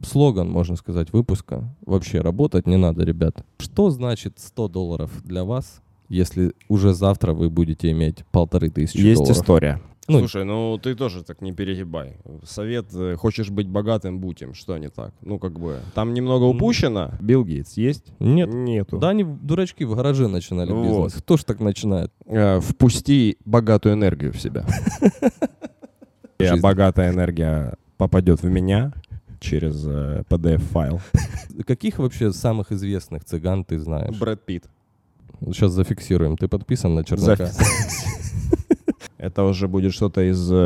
слоган, можно сказать, выпуска. Вообще работать не надо, ребят. Что значит $100 для вас, если уже завтра вы будете иметь $1500? Есть история. Ну, Слушай, ну ты тоже так не перегибай. Совет, хочешь быть богатым, будь им. Что не так? Ну, как бы, там немного упущено. Билл Гейтс есть? Нет. Нету. Да, они дурачки в гараже начинали Вот. бизнес. Кто ж так начинает? Впусти богатую энергию в себя. И Жизнь. богатая энергия попадет в меня через PDF-файл. Каких вообще самых известных цыган ты знаешь? Брэд Питт. Сейчас зафиксируем. Ты подписан на Черняка? Это уже будет что-то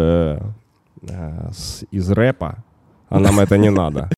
из рэпа, а нам это не надо.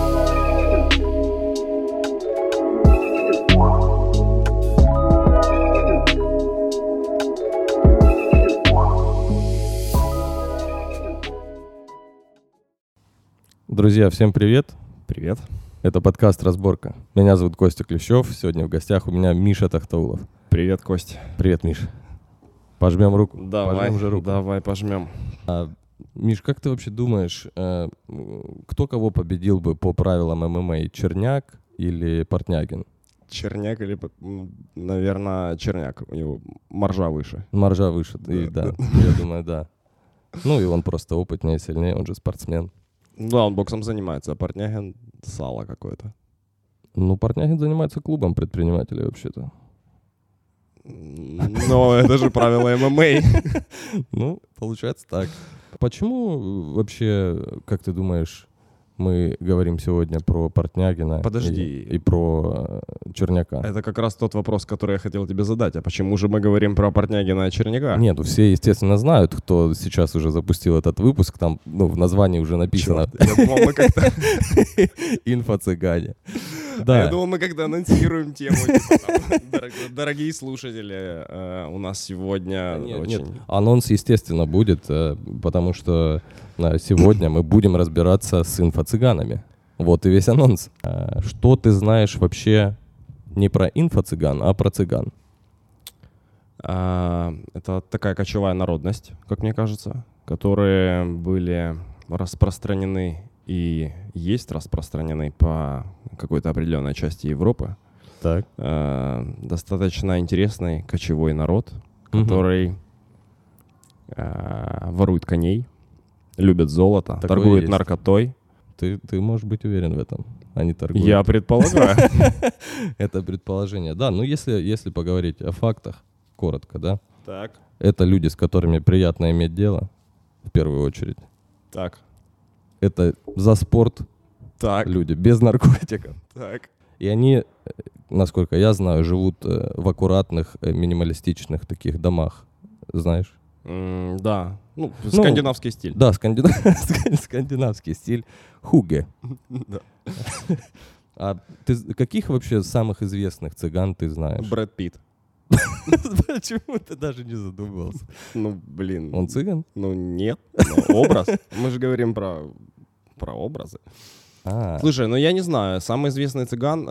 Друзья, всем привет. Привет. Это подкаст «Разборка». Меня зовут Костя Клещев. Сегодня в гостях у меня Миша Тахтаулов. Привет, Кость. Привет, Миш. Пожмем руку. Давай, Пожмем же руку. давай пожмем. Миш, как ты вообще думаешь, кто кого победил бы по правилам ММА? Черняк или Портнягин? Черняк или, наверное, Черняк. У него маржа выше. Маржа выше, да. Я думаю, да. Ну и он просто опытнее, сильнее, он же спортсмен. Да, он боксом занимается, а Портнягин сало какое-то. Ну, Портнягин занимается клубом предпринимателей вообще-то. Но это же правила ММА. Ну, получается так. Почему вообще, как ты думаешь, мы говорим сегодня про Портнягина Подожди. и про Черняка? Это как раз тот вопрос, который я хотел тебе задать. А почему же мы говорим про Портнягина и Черняка? Нет, ну все, естественно, знают, кто сейчас уже запустил этот выпуск. Там, в названии уже написано Чёрт, я думал, мы как-то... «Инфо-цыгане». Я Да, думал, мы когда анонсируем тему, дорогие слушатели, у нас сегодня нет, очень... анонс, естественно, будет, потому что сегодня мы будем разбираться с инфо-цыганами. Вот и весь анонс. Что ты знаешь вообще не про инфо-цыган, а про цыган? Это такая кочевая народность, как мне кажется, которые были распространены и есть распространены по какой-то определенной части Европы. Так. Достаточно интересный кочевой народ, который ворует коней, любит золото, Такое торгует есть. наркотой. Ты можешь быть уверен в этом. Они торгуют. Я предполагаю. Это предположение. Да, ну если поговорить о фактах, коротко, да, Так, это люди, с которыми приятно иметь дело, в первую очередь. так, Это за спорт так, люди, без наркотиков. так. И они, насколько я знаю, живут в аккуратных, минималистичных таких домах, знаешь? Да, скандинавский стиль. Да, скандинавский стиль. Хуге. Да. А ты каких вообще самых известных цыган ты знаешь? Брэд Питт. Почему ты даже не задумывался? Ну, блин. Он цыган? Ну, нет. Но образ. Мы же говорим про образы. Слушай, ну я не знаю. Самый известный цыган...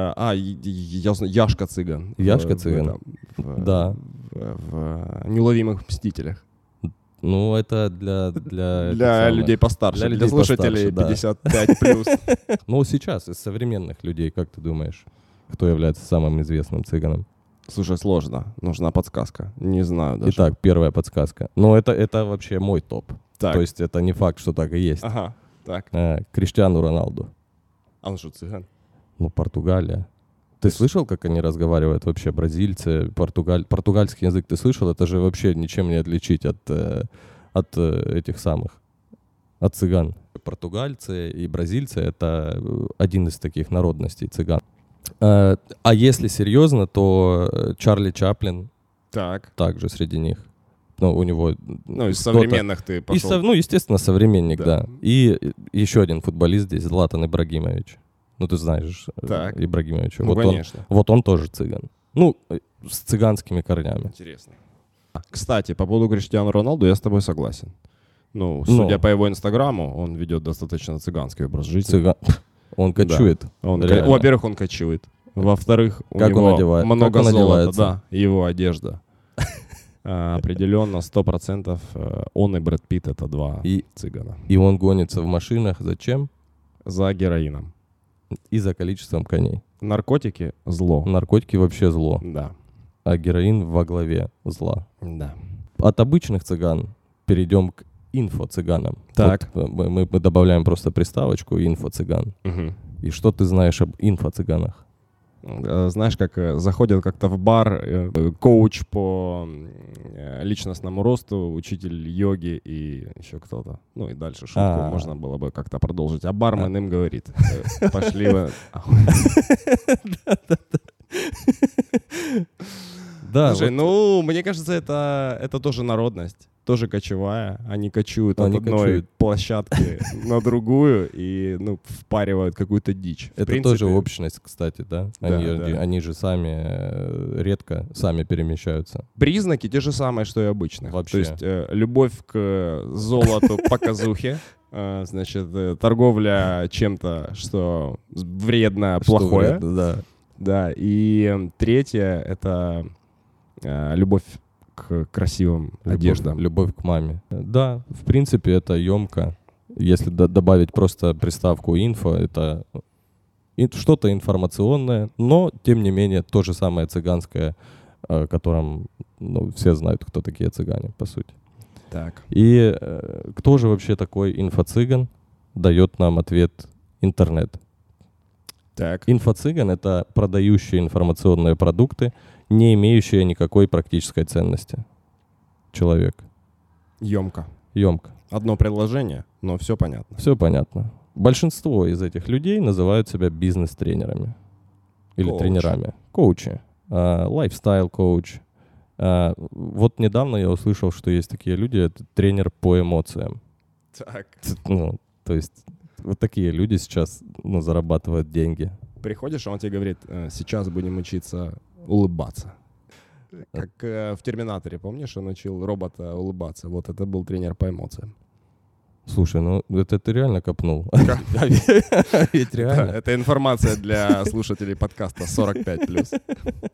я знаю, Яшка цыган. Яшка цыган? Да. В «Неуловимых мстителях». Ну, это Для людей постарше. Для людей слушателей постарше, да. 55+. Ну, сейчас из современных людей, как ты думаешь, кто является самым известным цыганом? Слушай, сложно. Нужна подсказка. Не знаю даже. Итак, первая подсказка. Ну, это вообще мой топ. Так. То есть это не факт, что так и есть. Ага, так. Криштиану Роналду. А он что, цыган? Ну, Португалия. Ты слышал, как они разговаривают вообще, бразильцы, португальский язык ты слышал? Это же вообще ничем не отличить от этих самых, от цыган. Португальцы и бразильцы — это один из таких народностей цыган. А если серьезно, то Чарли Чаплин Так. также среди них. Ну, у него... Ну, из современных ты пошел. Естественно, современник, Да. да. И еще один футболист здесь, Златан Ибрагимович. Ну, ты знаешь Так. Ибрагимовича. Ну, вот конечно. он тоже цыган. Ну, с цыганскими корнями. Интересно. Кстати, по поводу Криштиану Роналду я с тобой согласен. Ну, судя по его инстаграму, он ведет достаточно цыганский образ жизни. Он кочует. Да. Во-первых, он кочует. Во-вторых, у Как он него одевает? много Как он золота. одевается? Да, его одежда. Определенно, 100% он и Брэд Питт — это два цыгана. И он гонится в машинах. Зачем? за героином. И за количеством коней. Наркотики — зло. Наркотики вообще зло, Да. а героин во главе зла. Да. От обычных цыган перейдем к инфо-цыганам. Так. Вот мы добавляем просто приставочку «инфо-цыган». Мгм. И что ты знаешь об инфо-цыганах? Знаешь, как заходят как-то в бар коуч по личностному росту, учитель йоги и еще кто-то. Ну и дальше шутку можно было бы как-то продолжить. А бармен им говорит: пошли вы. Да, Слушай, ну, мне кажется, это тоже народность, тоже кочевая. Они кочуют от одной площадки на другую и, ну, впаривают какую-то дичь. Это тоже общность, кстати, да? Они же сами редко сами перемещаются. Признаки те же самые, что и обычно. Вообще. То есть любовь к золоту, показухе, значит, торговля чем-то, что вредно, плохое. Вредно, да. Да, и третье — это любовь к красивым одеждам. Любовь к маме. Да, в принципе, это емко. Если добавить просто приставку «инфо», это что-то информационное, но, тем не менее, то же самое цыганское, о котором все знают, кто такие цыгане, по сути. Так. И кто же вообще такой инфо-цыган? Дает нам ответ интернет. Так. Инфо-цыган — это продающие информационные продукты, не имеющие никакой практической ценности. Человек. Емко. Одно предложение, но все понятно. Все понятно. Большинство из этих людей называют себя бизнес-тренерами. Или тренерами. Коучи. Лайфстайл-коуч. Вот недавно я услышал, что есть такие люди, это тренер по эмоциям. Так. То есть вот такие люди сейчас зарабатывают деньги. Приходишь, а он тебе говорит: сейчас будем учиться улыбаться. Как в «Терминаторе», помнишь, он учил робота улыбаться. Вот это был тренер по эмоциям. Слушай, это ты реально копнул. Ведь реально. Это информация для слушателей подкаста 45+.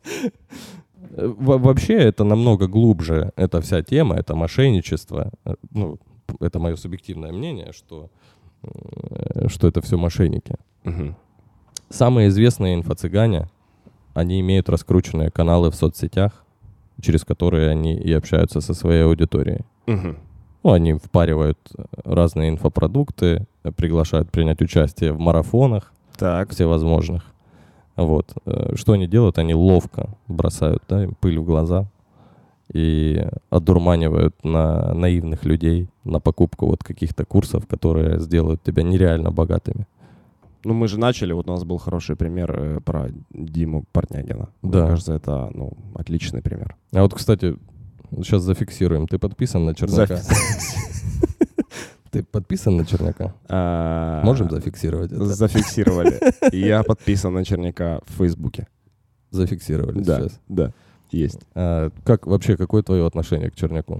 Вообще это намного глубже, эта вся тема, это мошенничество. Ну, это мое субъективное мнение, что это все мошенники. Угу. Самые известные инфо-цыгане, они имеют раскрученные каналы в соцсетях, через которые они и общаются со своей аудиторией. Угу. Ну, они впаривают разные инфопродукты, приглашают принять участие в марафонах всевозможных. Вот. Что они делают? Они ловко бросают, да, им пыль в глаза и одурманивают на наивных людей на покупку вот каких-то курсов, которые сделают тебя нереально богатыми. Ну, мы же начали, вот у нас был хороший пример про Диму Портнягина. Да. Мне кажется, это отличный пример. А вот, кстати, сейчас зафиксируем. Ты подписан на Черняка? Ты подписан на Черняка? Можем зафиксировать это? Зафиксировали. Я подписан на Черняка в Фейсбуке. Зафиксировали сейчас? Да, есть. Какое твое отношение к Черняку?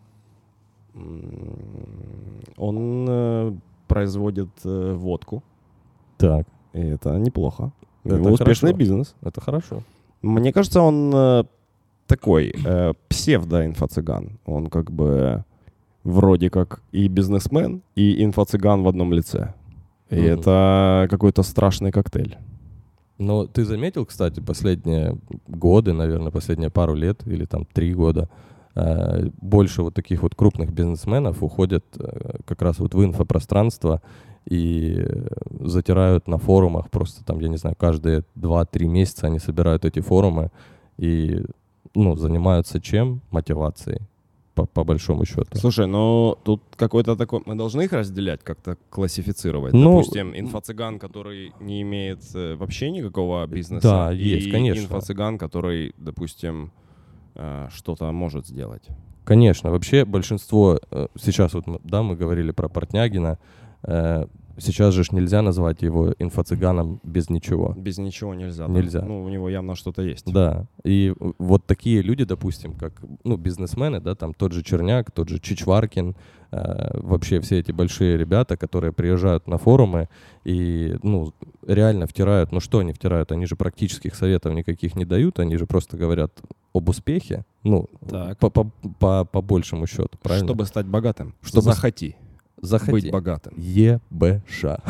Он производит водку. Так. И это неплохо. Это успешный хорошо. Бизнес. Это хорошо. Мне кажется, он такой псевдо-инфо-цыган. Он как бы вроде как и бизнесмен, и инфо-цыган в одном лице. И это какой-то страшный коктейль. Но ты заметил, кстати, последние годы, наверное, последние пару лет или там 3 года, больше вот таких вот крупных бизнесменов уходят как раз вот в инфопространство и затирают на форумах просто там, я не знаю, каждые 2-3 месяца они собирают эти форумы и занимаются чем? Мотивацией, по большому счету. Слушай, тут какой-то такой... Мы должны их разделять, как-то классифицировать? Допустим, инфо-цыган, который не имеет вообще никакого бизнеса. Да, есть, конечно. И инфо-цыган, который, допустим, что-то может сделать. Конечно. Вообще большинство... Сейчас вот, мы говорили про Портнягина. Сейчас же нельзя назвать его инфо-цыганом без ничего. Без ничего нельзя. Нельзя. Да? У него явно что-то есть. Да. И вот такие люди, допустим, как бизнесмены, да, там тот же Черняк, тот же Чичваркин, вообще все эти большие ребята, которые приезжают на форумы и, реально втирают. Что они втирают? Они же практических советов никаких не дают, они же просто говорят об успехе, по большему счету, правильно? Чтобы стать богатым. Захоти. Быть богатым. ЕБШ.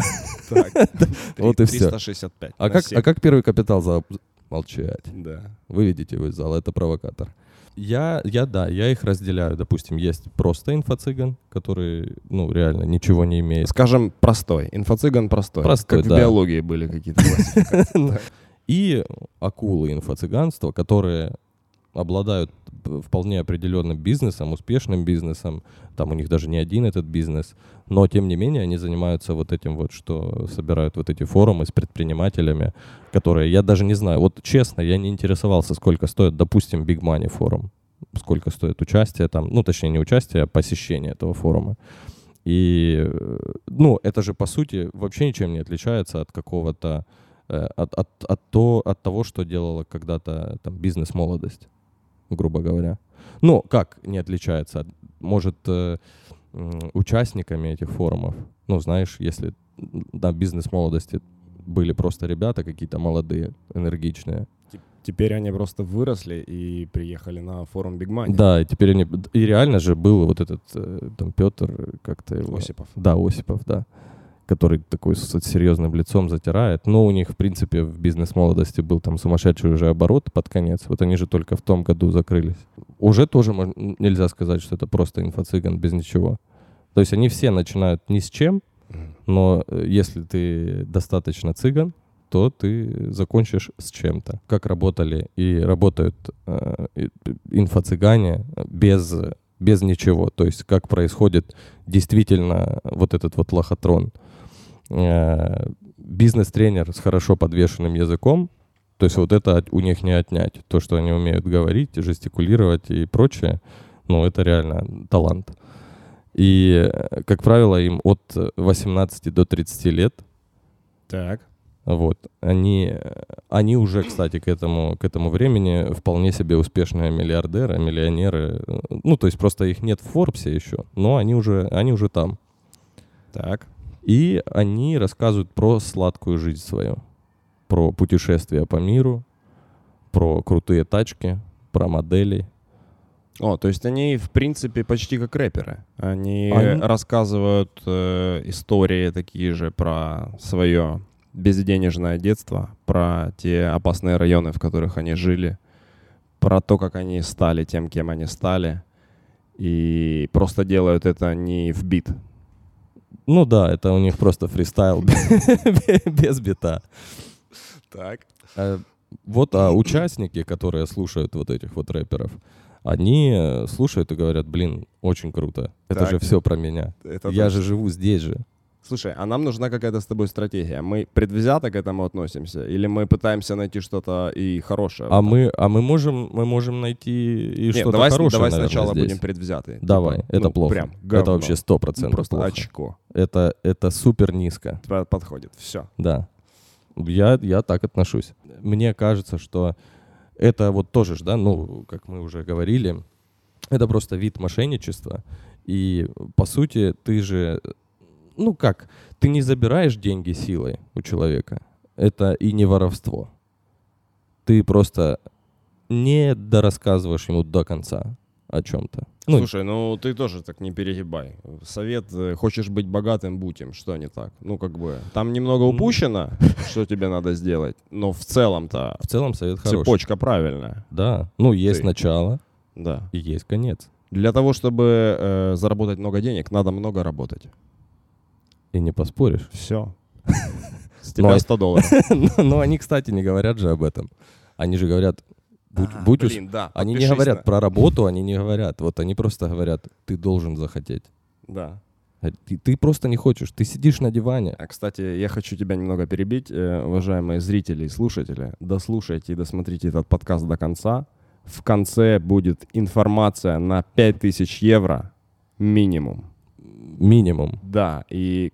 Так, Вот и всё. 365. А как первый капитал молчать? Да. Выведите его из зала, это провокатор. Я их разделяю. Допустим, есть просто инфо-цыган, который, реально ничего не имеет. Скажем, простой. Инфо-цыган простой. Простой, как да. в биологии были какие-то классификации. И акулы инфо-цыганства, которые обладают вполне определенным бизнесом, успешным бизнесом. Там у них даже не один этот бизнес. Но, тем не менее, они занимаются вот этим вот, что собирают вот эти форумы с предпринимателями, которые, я даже не знаю, вот честно, я не интересовался, сколько стоит, допустим, Big Money форум. Сколько стоит участие там, точнее, не участие, а посещение этого форума. И, это же, по сути, вообще ничем не отличается от какого-то, от того, что делала когда-то там бизнес-молодость, грубо говоря. Как не отличается? Может, участниками этих форумов, знаешь, если на бизнес-молодости были просто ребята какие-то молодые, энергичные. Теперь они просто выросли и приехали на форум Big Money. Да, и теперь они... И реально же был вот этот, там, Петр, как-то его... Осипов. Да, Осипов, да. Который такой с серьезным лицом затирает. Но у них, в принципе, в бизнес-молодости был там сумасшедший уже оборот под конец. Вот они же только в том году закрылись. Уже тоже нельзя сказать, что это просто инфо-цыган без ничего. То есть они все начинают ни с чем, но если ты достаточно цыган, то ты закончишь с чем-то. Как работали и работают инфо-цыгане без ничего. То есть как происходит действительно вот этот вот лохотрон. Бизнес-тренер с хорошо подвешенным языком, то есть вот это у них не отнять. То, что они умеют говорить, жестикулировать и прочее, это реально талант. И, как правило, им от 18 до 30 лет. Так. Вот. Они уже, кстати, к этому времени вполне себе успешные миллиардеры, миллионеры. То есть просто их нет в Форбсе еще, но они уже там. Так. И они рассказывают про сладкую жизнь свою, про путешествия по миру, про крутые тачки, про моделей. То есть они, в принципе, почти как рэперы. Они рассказывают истории такие же про свое безденежное детство, про те опасные районы, в которых они жили, про то, как они стали тем, кем они стали, и просто делают это не в бит. Да, это у них просто фристайл без бита. Так. А участники, которые слушают вот этих вот рэперов, они слушают и говорят, очень круто. Это так. же все про меня. Я же живу здесь же. Слушай, а нам нужна какая-то с тобой стратегия. Мы предвзято к этому относимся? Или мы пытаемся найти что-то и хорошее? Мы можем найти и что-то хорошее, давай наверное, сначала здесь. будем предвзяты. Давай, это плохо. Прям говно. Это вообще 100% просто плохо. очко. Это супер низко. Подходит, все. Да. Я так отношусь. Мне кажется, что это вот тоже, да, как мы уже говорили, это просто вид мошенничества. И, по сути, ты же... ты не забираешь деньги силой у человека. Это и не воровство. Ты просто не дорассказываешь ему до конца о чем-то. Слушай, ты тоже так не перегибай. Совет, хочешь быть богатым, будь им. Что не так? Там немного упущено, что тебе надо сделать, но в целом-то... В целом совет хороший. Цепочка правильная. Да. Есть начало, да, и есть конец. Для того, чтобы заработать много денег, надо много работать. И не поспоришь. Все. С тебя $100. Но они, кстати, не говорят же об этом. Они же говорят, они не говорят про работу, они не говорят. Вот они просто говорят, ты должен захотеть. Да. Ты просто не хочешь, ты сидишь на диване. А, кстати, я хочу тебя немного перебить, уважаемые зрители и слушатели. Дослушайте и досмотрите этот подкаст до конца. В конце будет информация на 5000 евро минимум. Минимум. Да, и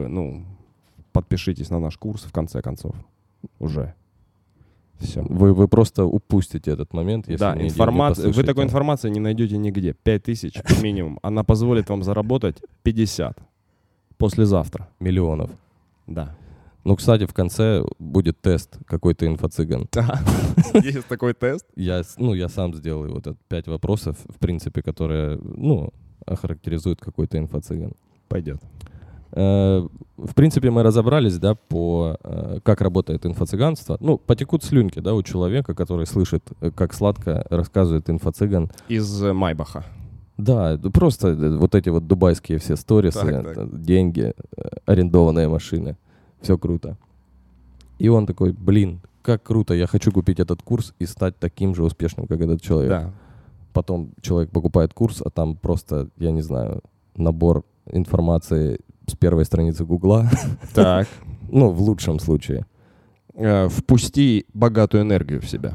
подпишитесь на наш курс в конце концов. Уже. Все. Вы просто упустите этот момент, если да, не послушаете. Вы такой информации не найдете нигде. 5000 минимум. Она позволит вам заработать 50 послезавтра. Миллионов. Да. Кстати, в конце будет тест какой-то инфо-цыган. Да. Есть такой тест? Я сам сделаю вот 5 вопросов, в принципе, которые, охарактеризуют какой-то инфо-цыган. Пойдет. В принципе, мы разобрались, да, как работает инфо-цыганство. Ну, потекут слюнки, да, у человека, который слышит, как сладко рассказывает инфо-цыган. Из Майбаха. Да, просто вот эти вот дубайские все сторисы, деньги, арендованные машины. Все круто. И он такой, блин, как круто, я хочу купить этот курс и стать таким же успешным, как этот человек. Да. Потом человек покупает курс, а там просто, я не знаю, набор информации с первой страницы Гугла. Так. Ну, в лучшем случае. Впусти богатую энергию в себя.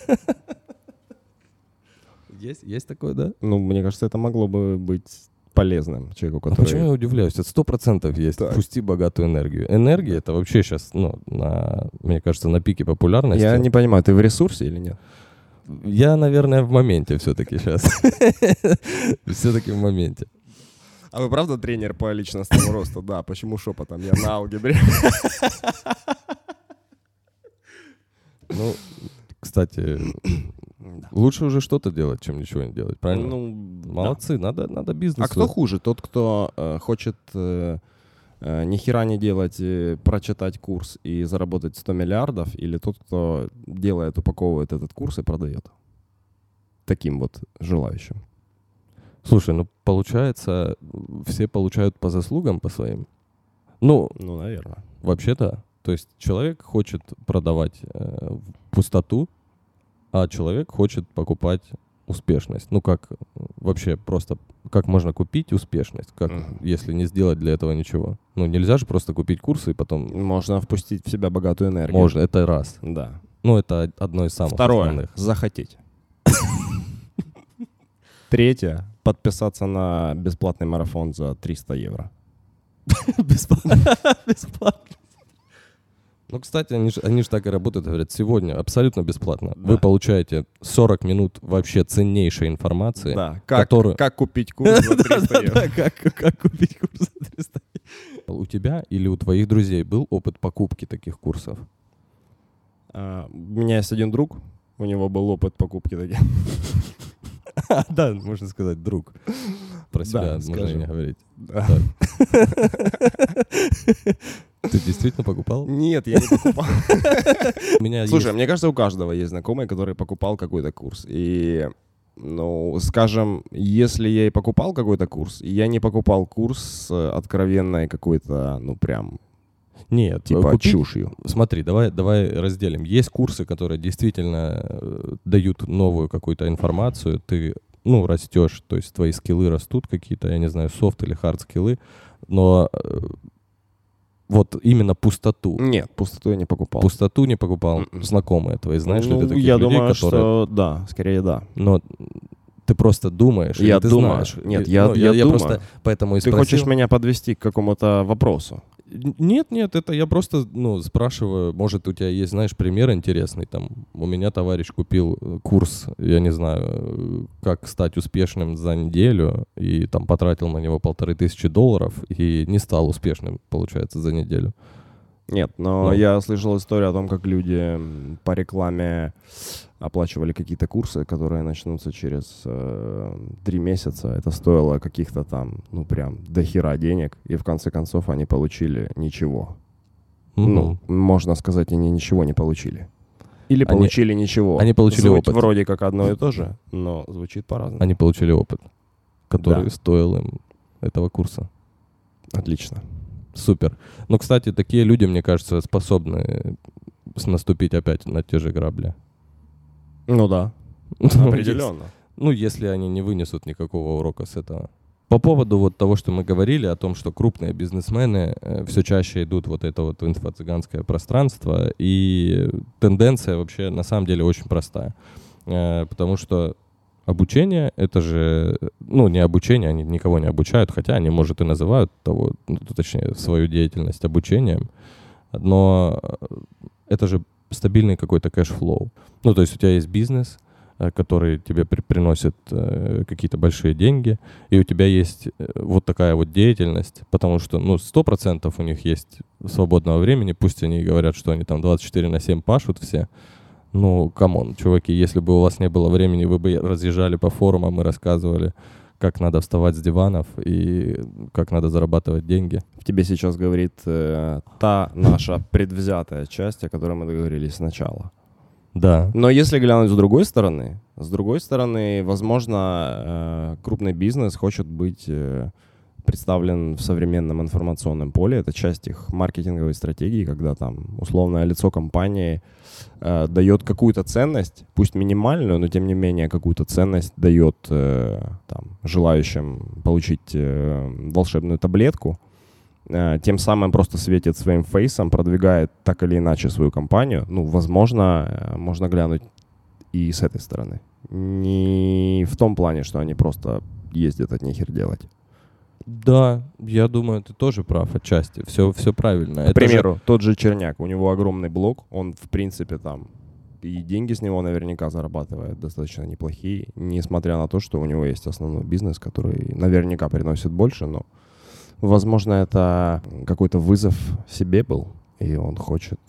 Есть такое, да? Ну, мне кажется, это могло бы быть полезным человеку, который... Почему я удивляюсь? Это 100% есть. Так. Впусти богатую энергию. Энергия — это вообще сейчас, мне кажется, на пике популярности. Я не понимаю, ты в ресурсе или нет? Я, наверное, в моменте все-таки сейчас. Все-таки в моменте. А вы правда тренер по личностному росту? Да, почему шепотом? Я на алгебре. Ну, кстати, лучше уже что-то делать, чем ничего не делать, правильно? Ну, молодцы, да. надо бизнес. А кто хуже? Тот, кто хочет ни хера не делать, прочитать курс и заработать 100 миллиардов, или тот, кто делает, упаковывает этот курс и продает? Таким вот желающим. Слушай, ну получается, все получают по заслугам по своим. Ну, наверное. Вообще-то. То есть человек хочет продавать пустоту, а человек хочет покупать успешность. Ну, как вообще просто, как можно купить успешность, как, если не сделать для этого ничего? Ну, нельзя же просто купить курсы и потом... Можно впустить в себя богатую энергию. Можно, это раз. Да. Ну, это одно из самых основных. Второе, захотеть. Третье, подписаться на бесплатный марафон за 300 евро. Бесплатно. Ну, кстати, они же так и работают, говорят, сегодня абсолютно бесплатно. Да. Вы получаете 40 минут вообще ценнейшей информации. Да, как купить курс за 300 евро. Как купить курс за 300 евро. У тебя или у твоих друзей был опыт покупки таких курсов? У меня есть один друг, у него был опыт покупки таких. Да, можно сказать, друг. Про себя можно и не говорить. Ты действительно покупал? Нет, я не покупал. Слушай, мне кажется, у каждого есть знакомый, который покупал какой-то курс. И, скажем, если я и покупал какой-то курс, я не покупал курс с откровенной какой-то, прям... Нет, типа чушью. Смотри, давай разделим. Есть курсы, которые действительно дают новую какую-то информацию, ты, растешь, то есть твои скиллы растут какие-то, я не знаю, софт или хард скиллы, но вот именно пустоту. Нет, пустоту я не покупал. Пустоту не покупал. Знакомые твои, знаешь ли ты таких я людей, думаю, которые... что да, скорее да. Но ты просто думаешь, я ты думаю. знаешь. Нет, я думаю. Просто поэтому и спросил. Ты хочешь меня подвести к какому-то вопросу? Нет, это я просто, спрашиваю, может, у тебя есть, знаешь, пример интересный, там, у меня товарищ купил курс, я не знаю, как стать успешным за неделю, и там потратил на него $1500, и не стал успешным, получается, за неделю. Нет, но я слышал историю о том, как люди по рекламе оплачивали какие-то курсы, которые начнутся через 3 месяца. Это стоило каких-то там, прям дохера денег. И в конце концов они получили ничего. Можно сказать, они ничего не получили. Или получили ничего. Они получили опыт. Вроде как одно и то же, но звучит по-разному. Они получили опыт, который стоил им этого курса. Отлично. Супер. Но, кстати, такие люди, мне кажется, способны наступить опять на те же грабли. Ну да, определенно. Если они не вынесут никакого урока с этого. По поводу вот того, что мы говорили, о том, что крупные бизнесмены все чаще идут вот это вот инфо-цыганское пространство, и тенденция вообще на самом деле очень простая. Потому что обучение, это же, не обучение, они никого не обучают, хотя они, может, и называют точнее, свою деятельность обучением, но это же стабильный какой-то кэшфлоу. То есть у тебя есть бизнес, который тебе приносит какие-то большие деньги, и у тебя есть вот такая вот деятельность, потому что, 100% у них есть свободного времени, пусть они говорят, что они там 24/7 пашут все. Камон, чуваки, если бы у вас не было времени, вы бы разъезжали по форумам и рассказывали, как надо вставать с диванов и как надо зарабатывать деньги. В тебе сейчас говорит та наша предвзятая часть, о которой мы договорились сначала. Да. Но если глянуть с другой стороны, возможно, крупный бизнес хочет быть представлен в современном информационном поле. Это часть их маркетинговой стратегии, когда там условное лицо компании дает какую-то ценность, пусть минимальную, но тем не менее какую-то ценность дает там, желающим получить волшебную таблетку, тем самым просто светит своим фейсом, продвигает так или иначе свою компанию. Ну, возможно, можно глянуть и с этой стороны. Не в том плане, что они просто ездят от нехер делать. Да, я думаю, ты тоже прав отчасти. Все правильно. К примеру, тот же Черняк, у него огромный блог, он, в принципе, там, и деньги с него наверняка зарабатывает достаточно неплохие, несмотря на то, что у него есть основной бизнес, который наверняка приносит больше, но, возможно, это какой-то вызов себе был, и он хочет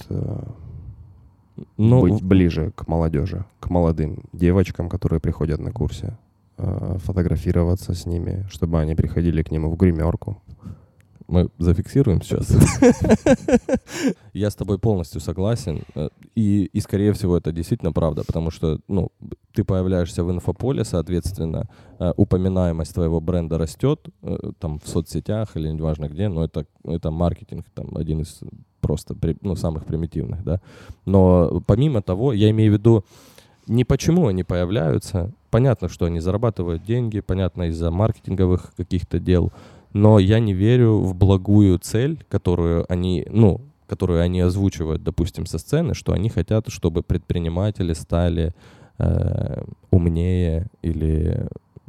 быть ближе к молодежи, к молодым девочкам, которые приходят на курсы, фотографироваться с ними, чтобы они приходили к нему в гримерку. Мы зафиксируем сейчас. Я с тобой полностью согласен. И, скорее всего, это действительно правда, потому что ты появляешься в инфополе, соответственно, упоминаемость твоего бренда растет там, в соцсетях или неважно где, но это маркетинг, там, один из просто самых примитивных. Да? Но помимо того, я имею в виду, не почему они появляются. Понятно, что они зарабатывают деньги, понятно, из-за маркетинговых каких-то дел, но я не верю в благую цель, которую они озвучивают, допустим, со сцены, что они хотят, чтобы предприниматели стали умнее или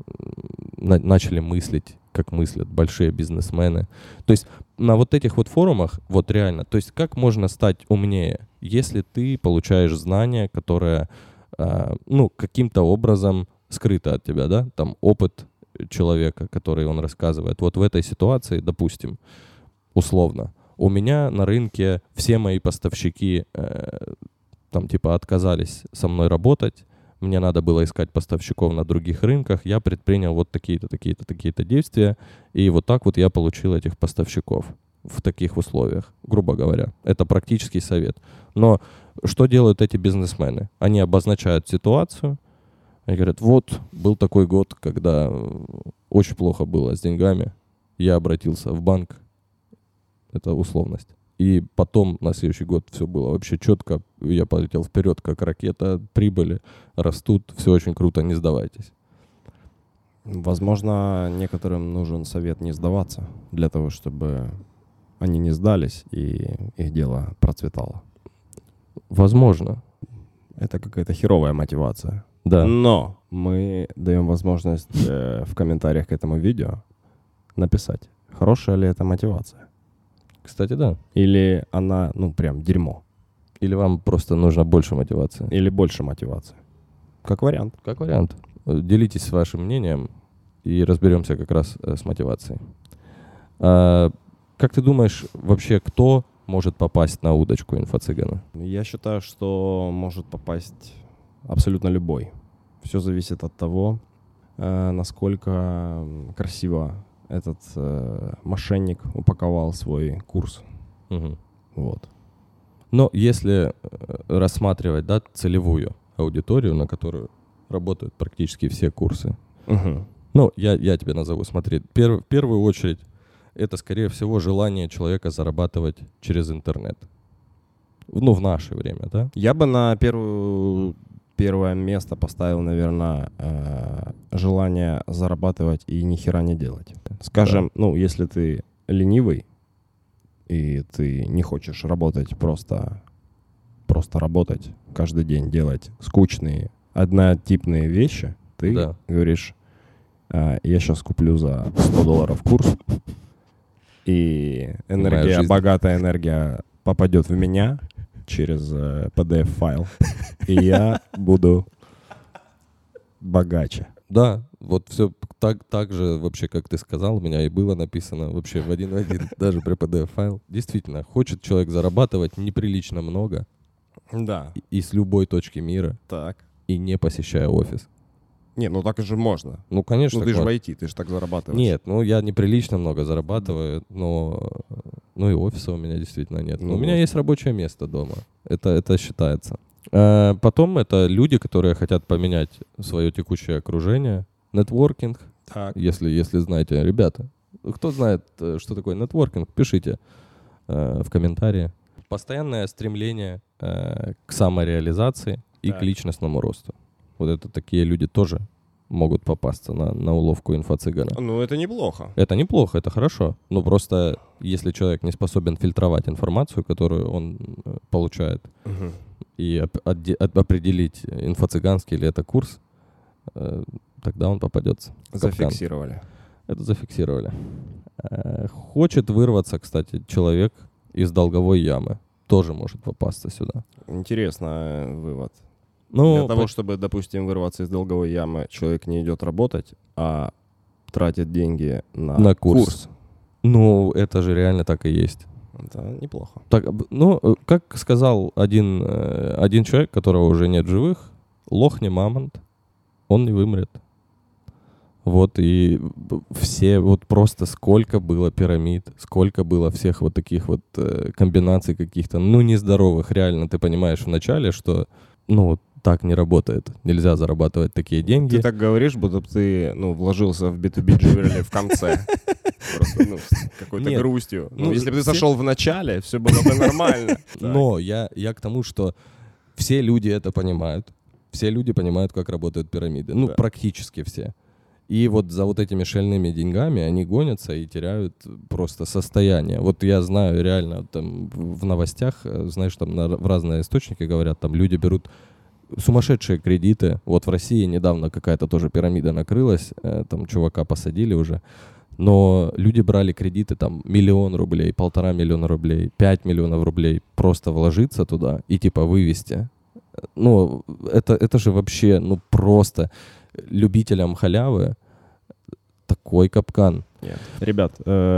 начали мыслить, как мыслят большие бизнесмены. То есть на вот этих вот форумах, вот реально, то есть как можно стать умнее, если ты получаешь знания, которые каким-то образом скрыто от тебя, да, там опыт человека, который он рассказывает. Вот в этой ситуации, допустим, условно, у меня на рынке все мои поставщики отказались со мной работать, мне надо было искать поставщиков на других рынках, я предпринял вот такие-то, такие-то, такие-то действия, и вот так вот я получил этих поставщиков в таких условиях, грубо говоря. Это практический совет. Но что делают эти бизнесмены? Они обозначают ситуацию, они говорят, вот, был такой год, когда очень плохо было с деньгами, я обратился в банк, это условность. И потом на следующий год все было вообще четко, я полетел вперед, как ракета, прибыли растут, все очень круто, не сдавайтесь. Возможно, некоторым нужен совет не сдаваться, для того, чтобы они не сдались и их дело процветало. Возможно. Это какая-то херовая мотивация. Да. Но мы даем возможность в комментариях к этому видео написать, хорошая ли это мотивация. Кстати, да. Или она, прям дерьмо. Или вам просто нужно больше мотивации. Или больше мотивации. Как вариант. Как вариант. Делитесь вашим мнением и разберемся как раз с мотивацией. Как ты думаешь, вообще кто может попасть на удочку инфо-цыгана? Я считаю, что может попасть абсолютно любой. Все зависит от того, насколько красиво этот мошенник упаковал свой курс. Угу. Вот. Но если рассматривать, да, целевую аудиторию, на которую работают практически все курсы, я тебе назову, смотри, в первую очередь это, скорее всего, желание человека зарабатывать через интернет. В наше время, да? Я бы на первое место поставил, наверное, желание зарабатывать и ни хера не делать. Скажем, если ты ленивый, и ты не хочешь работать, просто работать каждый день, делать скучные, однотипные вещи, ты говоришь, я сейчас куплю за $100 курс, и энергия, богатая энергия попадет в меня через PDF-файл, и я буду богаче. Да, вот все так же вообще, как ты сказал, у меня и было написано вообще в один в один, даже при PDF-файл. Действительно, хочет человек зарабатывать неприлично много, да, и с любой точки мира, так, и не посещая офис. Не, ну так же можно. Ну, конечно. Ну, ты же в IT, ты же так зарабатываешь. Нет, ну я неприлично много зарабатываю, но ну и офиса у меня действительно нет. Ну, у меня есть рабочее место дома. Это считается. Потом это люди, которые хотят поменять свое текущее окружение. Нетворкинг, Так. если знаете. Ребята, кто знает, что такое нетворкинг, пишите в комментарии. Постоянное стремление к самореализации и к личностному росту. Вот это такие люди тоже могут попасться на уловку инфо-цыгана. Ну, это неплохо. Это неплохо, это хорошо. Ну, просто если человек не способен фильтровать информацию, которую он получает, и определить, инфо-цыганский ли это курс, тогда он попадется в капкан. Зафиксировали. Это зафиксировали. Хочет вырваться, кстати, человек из долговой ямы. Тоже может попасться сюда. Интересный вывод. Ну, для того, чтобы, допустим, вырваться из долговой ямы, человек не идет работать, а тратит деньги на курс. Ну, это же реально так и есть. Это неплохо. Так, ну, как сказал один человек, которого уже нет в живых, лох не мамонт, он не вымрет. Вот, и все, вот просто сколько было пирамид, сколько было всех вот таких вот комбинаций каких-то, ну, нездоровых, реально, ты понимаешь вначале, что, ну, вот так не работает, нельзя зарабатывать такие деньги. Ты так говоришь, будто ты, вложился в B2B Jewelry в конце. Просто, с какой-то грустью. Ну, если бы ты сошел в начале, все было бы нормально. Но я к тому, что все люди это понимают, все люди понимают, как работают пирамиды, ну, практически все. И вот за вот этими шальными деньгами они гонятся и теряют просто состояние. Вот я знаю реально, там в новостях, знаешь, там в разные источники говорят, там люди берут сумасшедшие кредиты. Вот в России недавно какая-то тоже пирамида накрылась, там чувака посадили уже. Но люди брали кредиты, там, 1 миллион рублей, 1,5 миллиона рублей, 5 миллионов рублей, просто вложиться туда и типа вывести. Ну, это же вообще, ну, просто любителям халявы такой капкан. Нет. Ребят,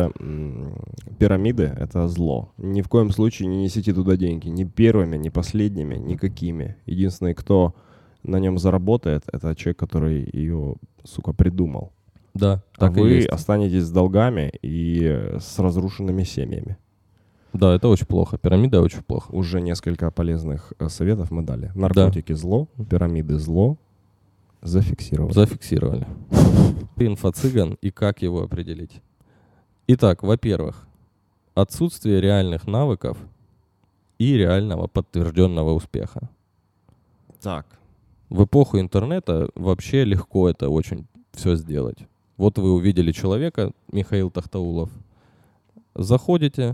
пирамиды — это зло. Ни в коем случае не несите туда деньги. Ни первыми, ни последними, никакими. Единственный, кто на нем заработает, это человек, который ее, сука, придумал. Да, так и вы есть. останетесь с долгами и с разрушенными семьями. Да, это очень плохо. Пирамида очень плохо. Уже несколько полезных советов мы дали. Наркотики зло, пирамиды зло. Зафиксировали. Инфо-цыган и как его определить? Итак, во-первых, отсутствие реальных навыков и реального подтвержденного успеха. Так. В эпоху интернета вообще легко это очень все сделать. Вот вы увидели человека, Михаил Тахтаулов, заходите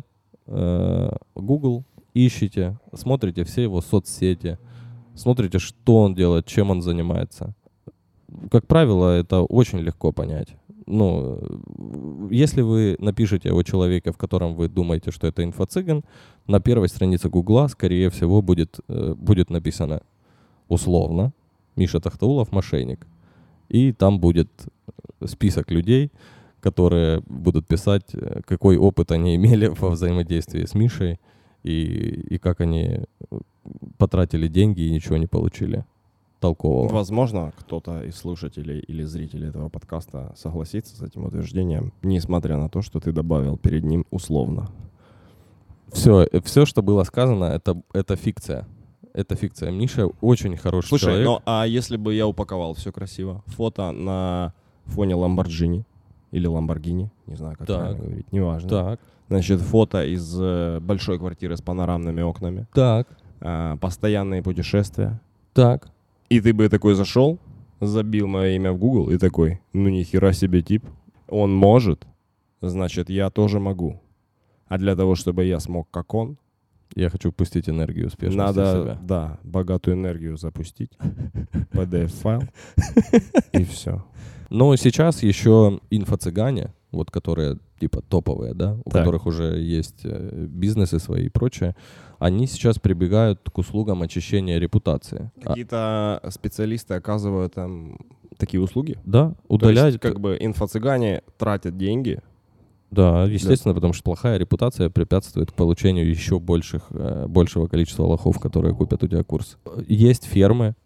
в Google, ищите, смотрите все его соцсети, смотрите, что он делает, чем он занимается. Как правило, это очень легко понять. Ну, если вы напишете о человеке, в котором вы думаете, что это инфо-цыган, на первой странице Гугла, скорее всего, будет написано условно Миша Тахтаулов, мошенник. И там будет список людей, которые будут писать, какой опыт они имели во взаимодействии с Мишей и как они потратили деньги и ничего не получили толкового. Возможно, кто-то из слушателей или зрителей этого подкаста согласится с этим утверждением, несмотря на то, что ты добавил перед ним условно. Все, что было сказано, это фикция. Это фикция. Миша очень хороший человек. Слушай, ну а если бы я упаковал все красиво? Фото на фоне Lamborghini или Lamborghini, не знаю, как правильно говорить, неважно. Так. Значит, фото из большой квартиры с панорамными окнами. Так. Постоянные путешествия. Так. И ты бы такой зашел, забил мое имя в Google и такой, ну ни хера себе тип. Он может, значит, я тоже могу. А для того, чтобы я смог, как он, я хочу пустить энергию успешности надо, в себя. Да, богатую энергию запустить, PDF-файл, и все. Но сейчас еще инфо-цыгане, вот которые типа топовые, да, у которых уже есть бизнесы свои и прочее, они сейчас прибегают к услугам очищения репутации. Какие-то специалисты оказывают такие услуги? Да, удалять. То есть, как бы инфо-цыгане тратят деньги. Да, естественно, потому что плохая репутация препятствует получению еще большего количества лохов, которые купят у тебя курс. Есть фермы,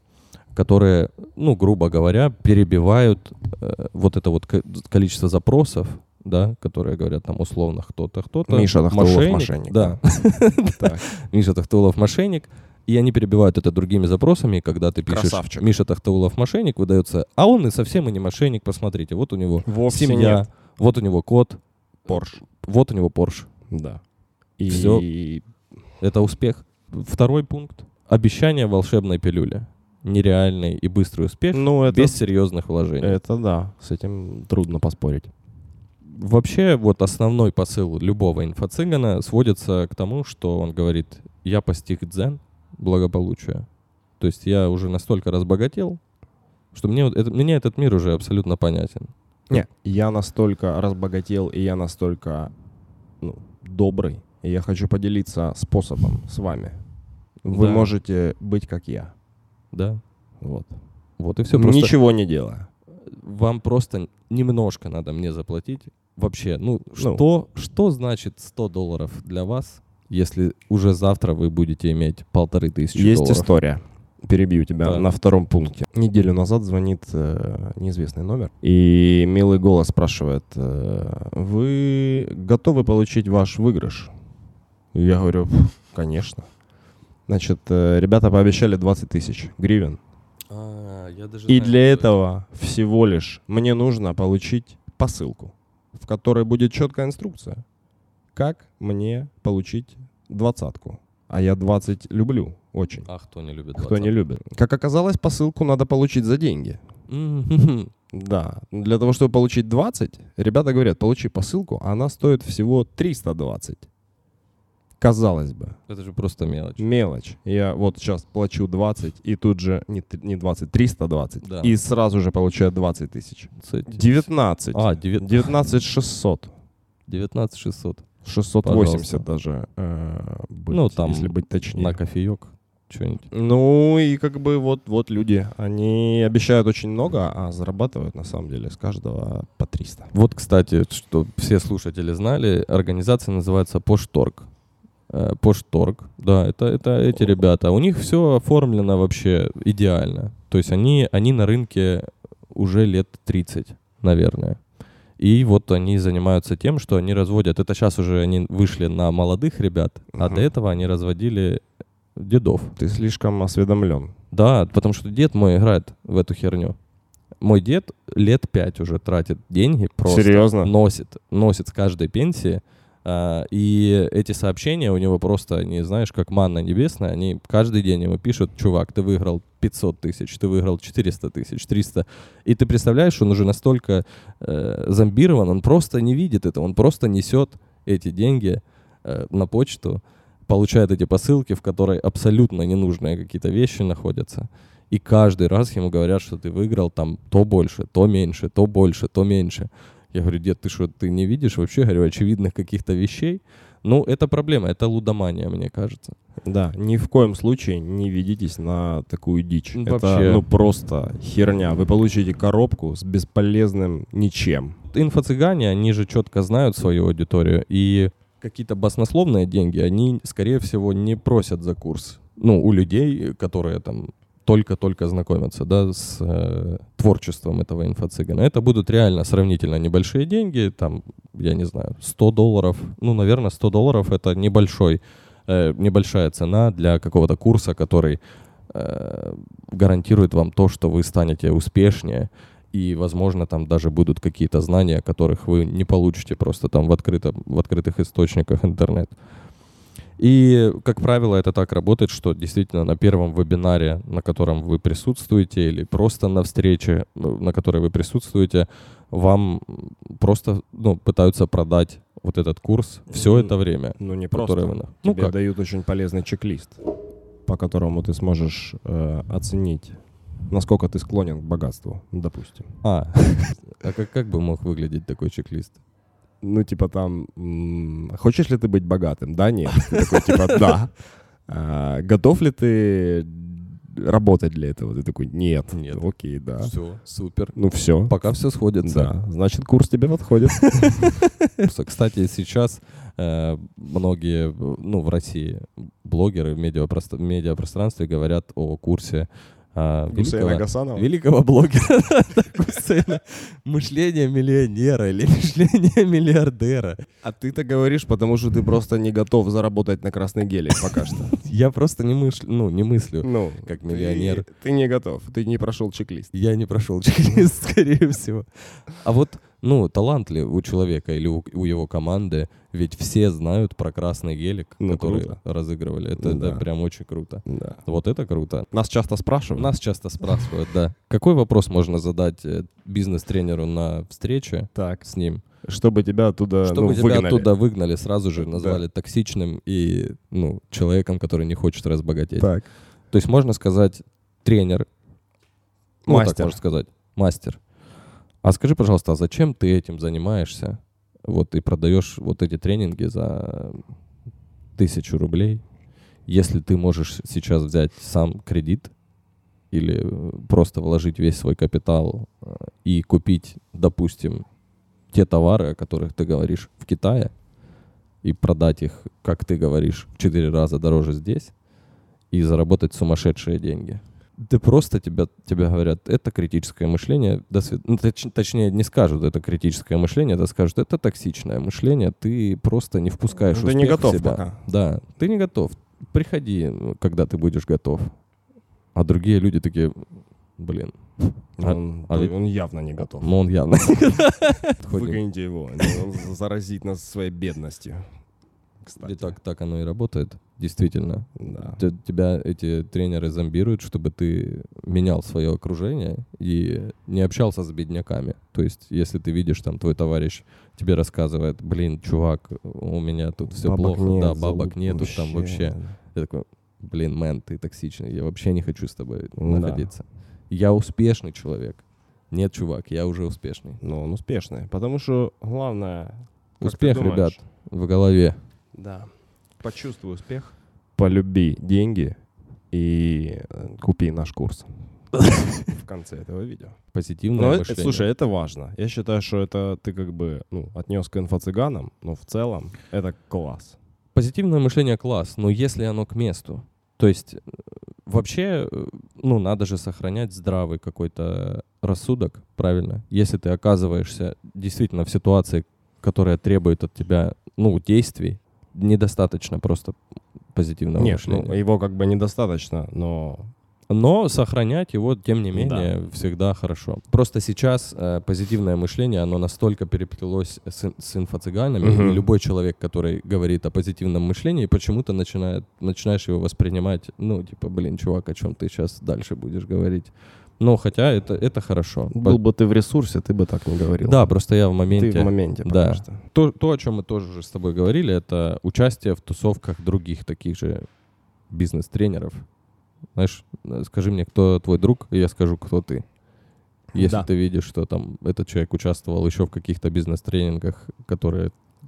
которые, ну, грубо говоря, перебивают вот это вот количество запросов, да, которые говорят там условно кто-то. Миша Тахтулов мошенник. Да. Миша Тахтулов мошенник. И они перебивают это другими запросами, и когда ты пишешь Красавчик. Миша Тахтулов мошенник, выдается, а он и совсем и не мошенник, посмотрите, вот у него Вовсе семья, нет. вот у него кот, Порш. вот у него Порш. Да. Всё. Это успех. Второй пункт. Обещание волшебной пилюли. Нереальный и быстрый успех без серьезных вложений. Это да, с этим трудно поспорить. Вообще, вот основной посыл любого инфо-цыгана сводится к тому, что он говорит, я постиг дзен, благополучие. То есть я уже настолько разбогател, что мне этот мир уже абсолютно понятен. Не, я настолько разбогател, и я настолько добрый, и я хочу поделиться способом с вами. Вы можете быть как я. Да. Вот и все. Ничего не делая. Вам просто немножко надо мне заплатить. Вообще, что значит $100 для вас, если уже завтра вы будете иметь $1500? Есть история. Перебью тебя на втором пункте. Неделю назад звонит неизвестный номер, и милый голос спрашивает, вы готовы получить ваш выигрыш? И я говорю, конечно. Значит, ребята пообещали 20 тысяч гривен. И для этого всего лишь мне нужно получить посылку, в которой будет четкая инструкция, как мне получить 20-ку. А я 20 люблю очень. А кто не любит 20? Кто не любит. Как оказалось, посылку надо получить за деньги. Да. Для того, чтобы получить 20, ребята говорят, получи посылку, а она стоит всего 320. Казалось бы. Это же просто мелочь. Мелочь. Я вот сейчас плачу 20, и тут же, не 20, 320. Да. И сразу же получаю 20 тысяч. 19. 19 600. 19 600. 680 даже быть, там если быть точнее. На кофеек что-нибудь. И как бы вот люди, они обещают очень много, а зарабатывают на самом деле с каждого по 300. Вот, кстати, что все слушатели знали, организация называется Пошторг. Пошторг, да, это эти ребята. У них все оформлено вообще идеально. То есть они на рынке уже лет 30, наверное. И вот они занимаются тем, что они разводят. Это сейчас уже они вышли на молодых ребят, а до этого они разводили дедов. Ты слишком осведомлен. Да, потому что дед мой играет в эту херню. Мой дед лет 5 уже тратит деньги, просто Серьезно? носит с каждой пенсии. И эти сообщения у него просто, не знаешь, как манна небесная, они каждый день ему пишут, чувак, ты выиграл 500 тысяч, ты выиграл 400 тысяч, 300. И ты представляешь, он уже настолько зомбирован, он просто не видит это, он просто несет эти деньги на почту, получает эти посылки, в которой абсолютно ненужные какие-то вещи находятся. И каждый раз ему говорят, что ты выиграл там то больше, то меньше, то больше, то меньше. Я говорю, дед, ты что, ты не видишь вообще, говорю, очевидных каких-то вещей? Это проблема, это лудомания, мне кажется. Да, ни в коем случае не ведитесь на такую дичь. Вообще. Это, просто херня. Вы получите коробку с бесполезным ничем. Инфо-цыгане, они же четко знают свою аудиторию, и какие-то баснословные деньги, они, скорее всего, не просят за курс. У людей, которые там только-только знакомятся, да, с творчеством этого инфо-цыгана. Это будут реально сравнительно небольшие деньги, там, я не знаю, $100. Наверное, $100 это небольшая цена для какого-то курса, который гарантирует вам то, что вы станете успешнее, и, возможно, там даже будут какие-то знания, которых вы не получите просто там в открытых источниках интернета. И, как правило, это так работает, что действительно на первом вебинаре, на котором вы присутствуете, или просто на встрече, на которой вы присутствуете, вам просто пытаются продать вот этот курс все это время. Не просто. Тебе дают очень полезный чек-лист, по которому ты сможешь оценить, насколько ты склонен к богатству, допустим. А как бы мог выглядеть такой чек-лист? Там, хочешь ли ты быть богатым? Да, нет. Ты такой, да. Готов ли ты работать для этого? Ты такой, нет. Окей, да. Все, супер. Все. Пока все сходится. Да, значит, курс тебе подходит. Кстати, сейчас многие, в России блогеры в медиапространстве говорят о курсе Гусейна Гасанова? Великого блогера Гусейна. Мышление миллионера или мышление миллиардера. А ты-то говоришь, потому что ты просто не готов заработать на красный гелик пока что. Я просто не мыслю как миллионер. Ты не готов, ты не прошел чек-лист. Я не прошел чек-лист, скорее всего. А вот, талант ли у человека или у его команды, ведь все знают про красный гелик, который разыгрывали. Это прям очень круто. Да. Вот это круто. Нас часто спрашивают, да. Какой вопрос можно задать бизнес-тренеру на встрече с ним? Чтобы тебя оттуда Чтобы тебя выгнали. оттуда выгнали, сразу же назвали токсичным и человеком, который не хочет разбогатеть. Так. То есть можно сказать тренер. Мастер. Так можно сказать. Мастер. А скажи, пожалуйста, а зачем ты этим занимаешься? Вот и продаешь вот эти тренинги за 1000 рублей, если ты можешь сейчас взять сам кредит или просто вложить весь свой капитал и купить, допустим, те товары, о которых ты говоришь в Китае, и продать их, как ты говоришь, в 4 раза дороже здесь, и заработать сумасшедшие деньги. Ты просто тебе говорят, это критическое мышление, точнее не скажут, это критическое мышление, это скажут, это токсичное мышление, ты просто не впускаешь успех в себя. Ты не готов пока. Да, ты не готов. Приходи, когда ты будешь готов. А другие люди такие, блин. Он явно не готов. Он явно не готов. Выгоните его, он заразит нас своей бедностью. Кстати. И так оно и работает, действительно. Да. Тебя эти тренеры зомбируют, чтобы ты менял свое окружение и не общался с бедняками. То есть, если ты видишь, там, твой товарищ тебе рассказывает, блин, чувак, у меня тут все плохо, нет, бабок нету, там вообще. Я такой, блин, мэн, ты токсичный, я вообще не хочу с тобой находиться. Я успешный человек. Нет, чувак, я уже успешный. Но он успешный, потому что главное... Успех, ребят, в голове. Да. Почувствуй успех, полюби деньги и купи наш курс в конце этого видео. Позитивное мышление. Слушай, это важно. Я считаю, что это ты как бы отнес к инфо-цыганам, но в целом это класс. Позитивное мышление класс, но если оно к месту. То есть вообще, надо же сохранять здравый какой-то рассудок, правильно? Если ты оказываешься действительно в ситуации, которая требует от тебя, действий, недостаточно просто позитивного мышления. Нет, его как бы недостаточно, но сохранять его, тем не менее, всегда хорошо. Просто сейчас позитивное мышление, оно настолько переплелось с инфо-цыганами, и любой человек, который говорит о позитивном мышлении, почему-то начинаешь его воспринимать, блин, чувак, о чем ты сейчас дальше будешь говорить? Хотя это хорошо. Был бы ты в ресурсе, ты бы так не говорил. Да, просто я в моменте. Ты в моменте, да. Что. То, о чем мы тоже уже с тобой говорили, это участие в тусовках других таких же бизнес-тренеров. Знаешь, скажи мне, кто твой друг, и я скажу, кто ты. Если ты видишь, что там этот человек участвовал еще в каких-то бизнес-тренингах, которые,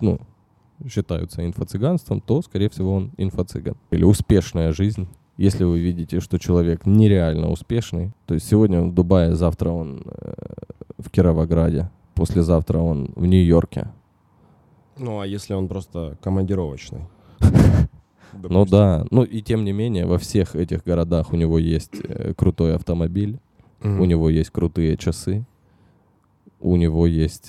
считаются инфо-цыганством, то, скорее всего, он инфо-цыган. Или успешная жизнь. Если вы видите, что человек нереально успешный, то есть сегодня он в Дубае, завтра он в Кировограде, послезавтра он в Нью-Йорке. А если он просто командировочный? Да. И тем не менее, во всех этих городах у него есть крутой автомобиль, у него есть крутые часы, у него есть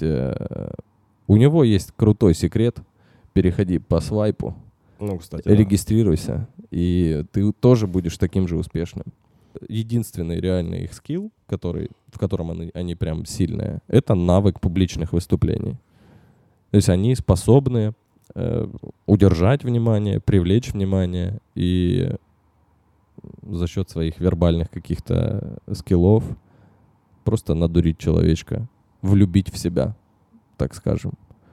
крутой секрет. Переходи по свайпу, кстати, регистрируйся, и ты тоже будешь таким же успешным. Единственный реальный их скилл, в котором они прям сильные, это навык публичных выступлений. То есть они способны удержать внимание, привлечь внимание и за счет своих вербальных каких-то скиллов просто надурить человечка, влюбить в себя, так скажем.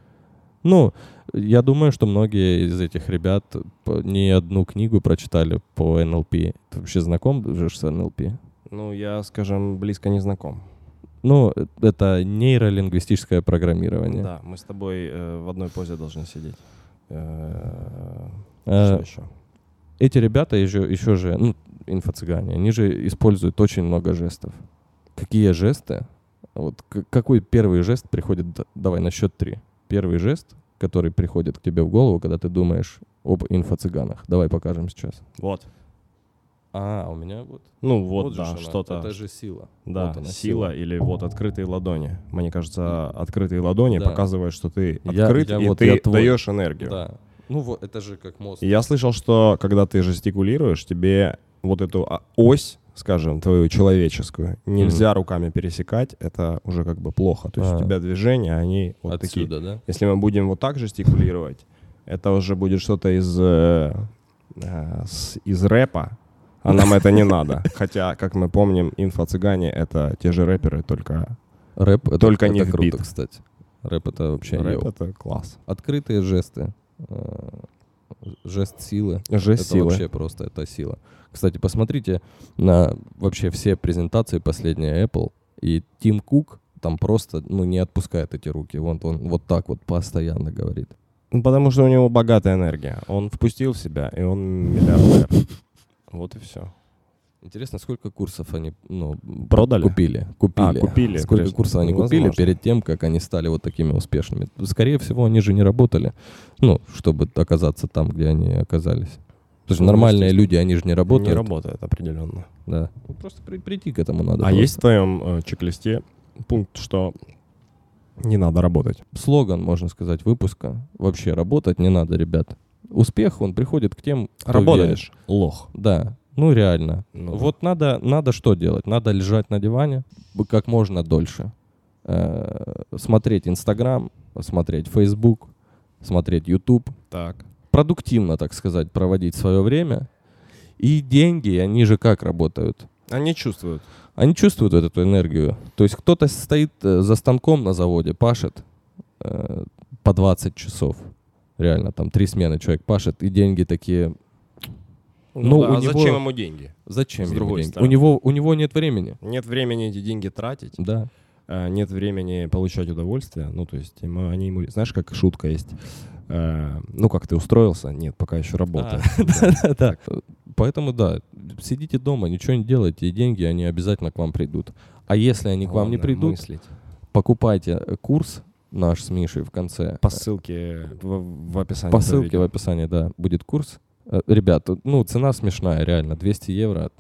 Я думаю, что многие из этих ребят не одну книгу прочитали по НЛП. Ты вообще знаком же с НЛП? Я, скажем, близко не знаком. Это нейролингвистическое программирование. Да, мы с тобой в одной позе должны сидеть. Что еще? Эти ребята еще же, инфо-цыгане, они же используют очень много жестов. Какие жесты? Какой первый жест приходит? Давай на счет 3. Первый жест, который приходит к тебе в голову, когда ты думаешь об инфо-цыганах. Давай покажем сейчас. Вот. У меня вот. Ну вот, вот да, же что-то. Это же сила. Да, вот она, сила или вот открытые ладони. Мне кажется, открытые ладони Да. показывают, что ты открыт, и вот ты твой. даешь энергию. Да. Ну вот, это же как мозг. Я слышал, что когда ты жестикулируешь, тебе вот эту ось, скажем, твою человеческую, нельзя руками пересекать, это уже как бы плохо. То есть у тебя движения, они вот отсюда, такие. да? Если мы будем вот так жестикулировать, это уже будет что-то из рэпа, а нам это не надо. Хотя, как мы помним, инфо-цыгане — это те же рэперы, только Рэп — Только это не в круто, бит. кстати. Рэп — это вообще рэп — это класс. Открытые жесты. Жест силы. Жест это силы. вообще просто, это сила. Кстати, посмотрите на вообще все презентации последние Apple, и Тим Кук там просто, не отпускает эти руки. Он вот так вот постоянно говорит. Ну, потому что у него богатая энергия. Он впустил в себя, и он миллиардер. Вот и все. Интересно, сколько курсов они Продали? Купили. Купили. Сколько курсов они купили перед тем, как они стали вот такими успешными. Скорее всего, они же не работали, чтобы оказаться там, где они оказались. Потому что нормальные люди, они же не работают. Не работают, определенно. Да. Просто прийти к этому надо. А есть в твоем чек-листе пункт, что не надо работать? Слоган, можно сказать, выпуска. Вообще работать не надо, ребят. Успех, он приходит к тем, кто Работаешь, верит. лох. Да. Реально. Вот надо что делать? Надо лежать на диване как можно дольше. Смотреть Инстаграм, смотреть Фейсбук, смотреть Ютуб. Так. Продуктивно, так сказать, проводить свое время. И деньги, они же как работают? Они чувствуют. Они чувствуют эту энергию. То есть кто-то стоит за станком на заводе, пашет по 20 часов. Реально, там 3 смены человек пашет, и деньги такие... зачем ему деньги? Зачем С ему другой деньги? стороны. У него нет времени. Нет времени эти деньги тратить. Да. Нет времени получать удовольствие. То есть они ему... Знаешь, как шутка есть? Как ты устроился? Нет, пока еще работаю. Да. Поэтому, сидите дома, ничего не делайте, и деньги, они обязательно к вам придут. А если они к вам не придут, покупайте курс наш с Мишей в конце. По ссылке в описании. По ссылке в описании, да, будет курс. Ребят, цена смешная, реально, 200 евро,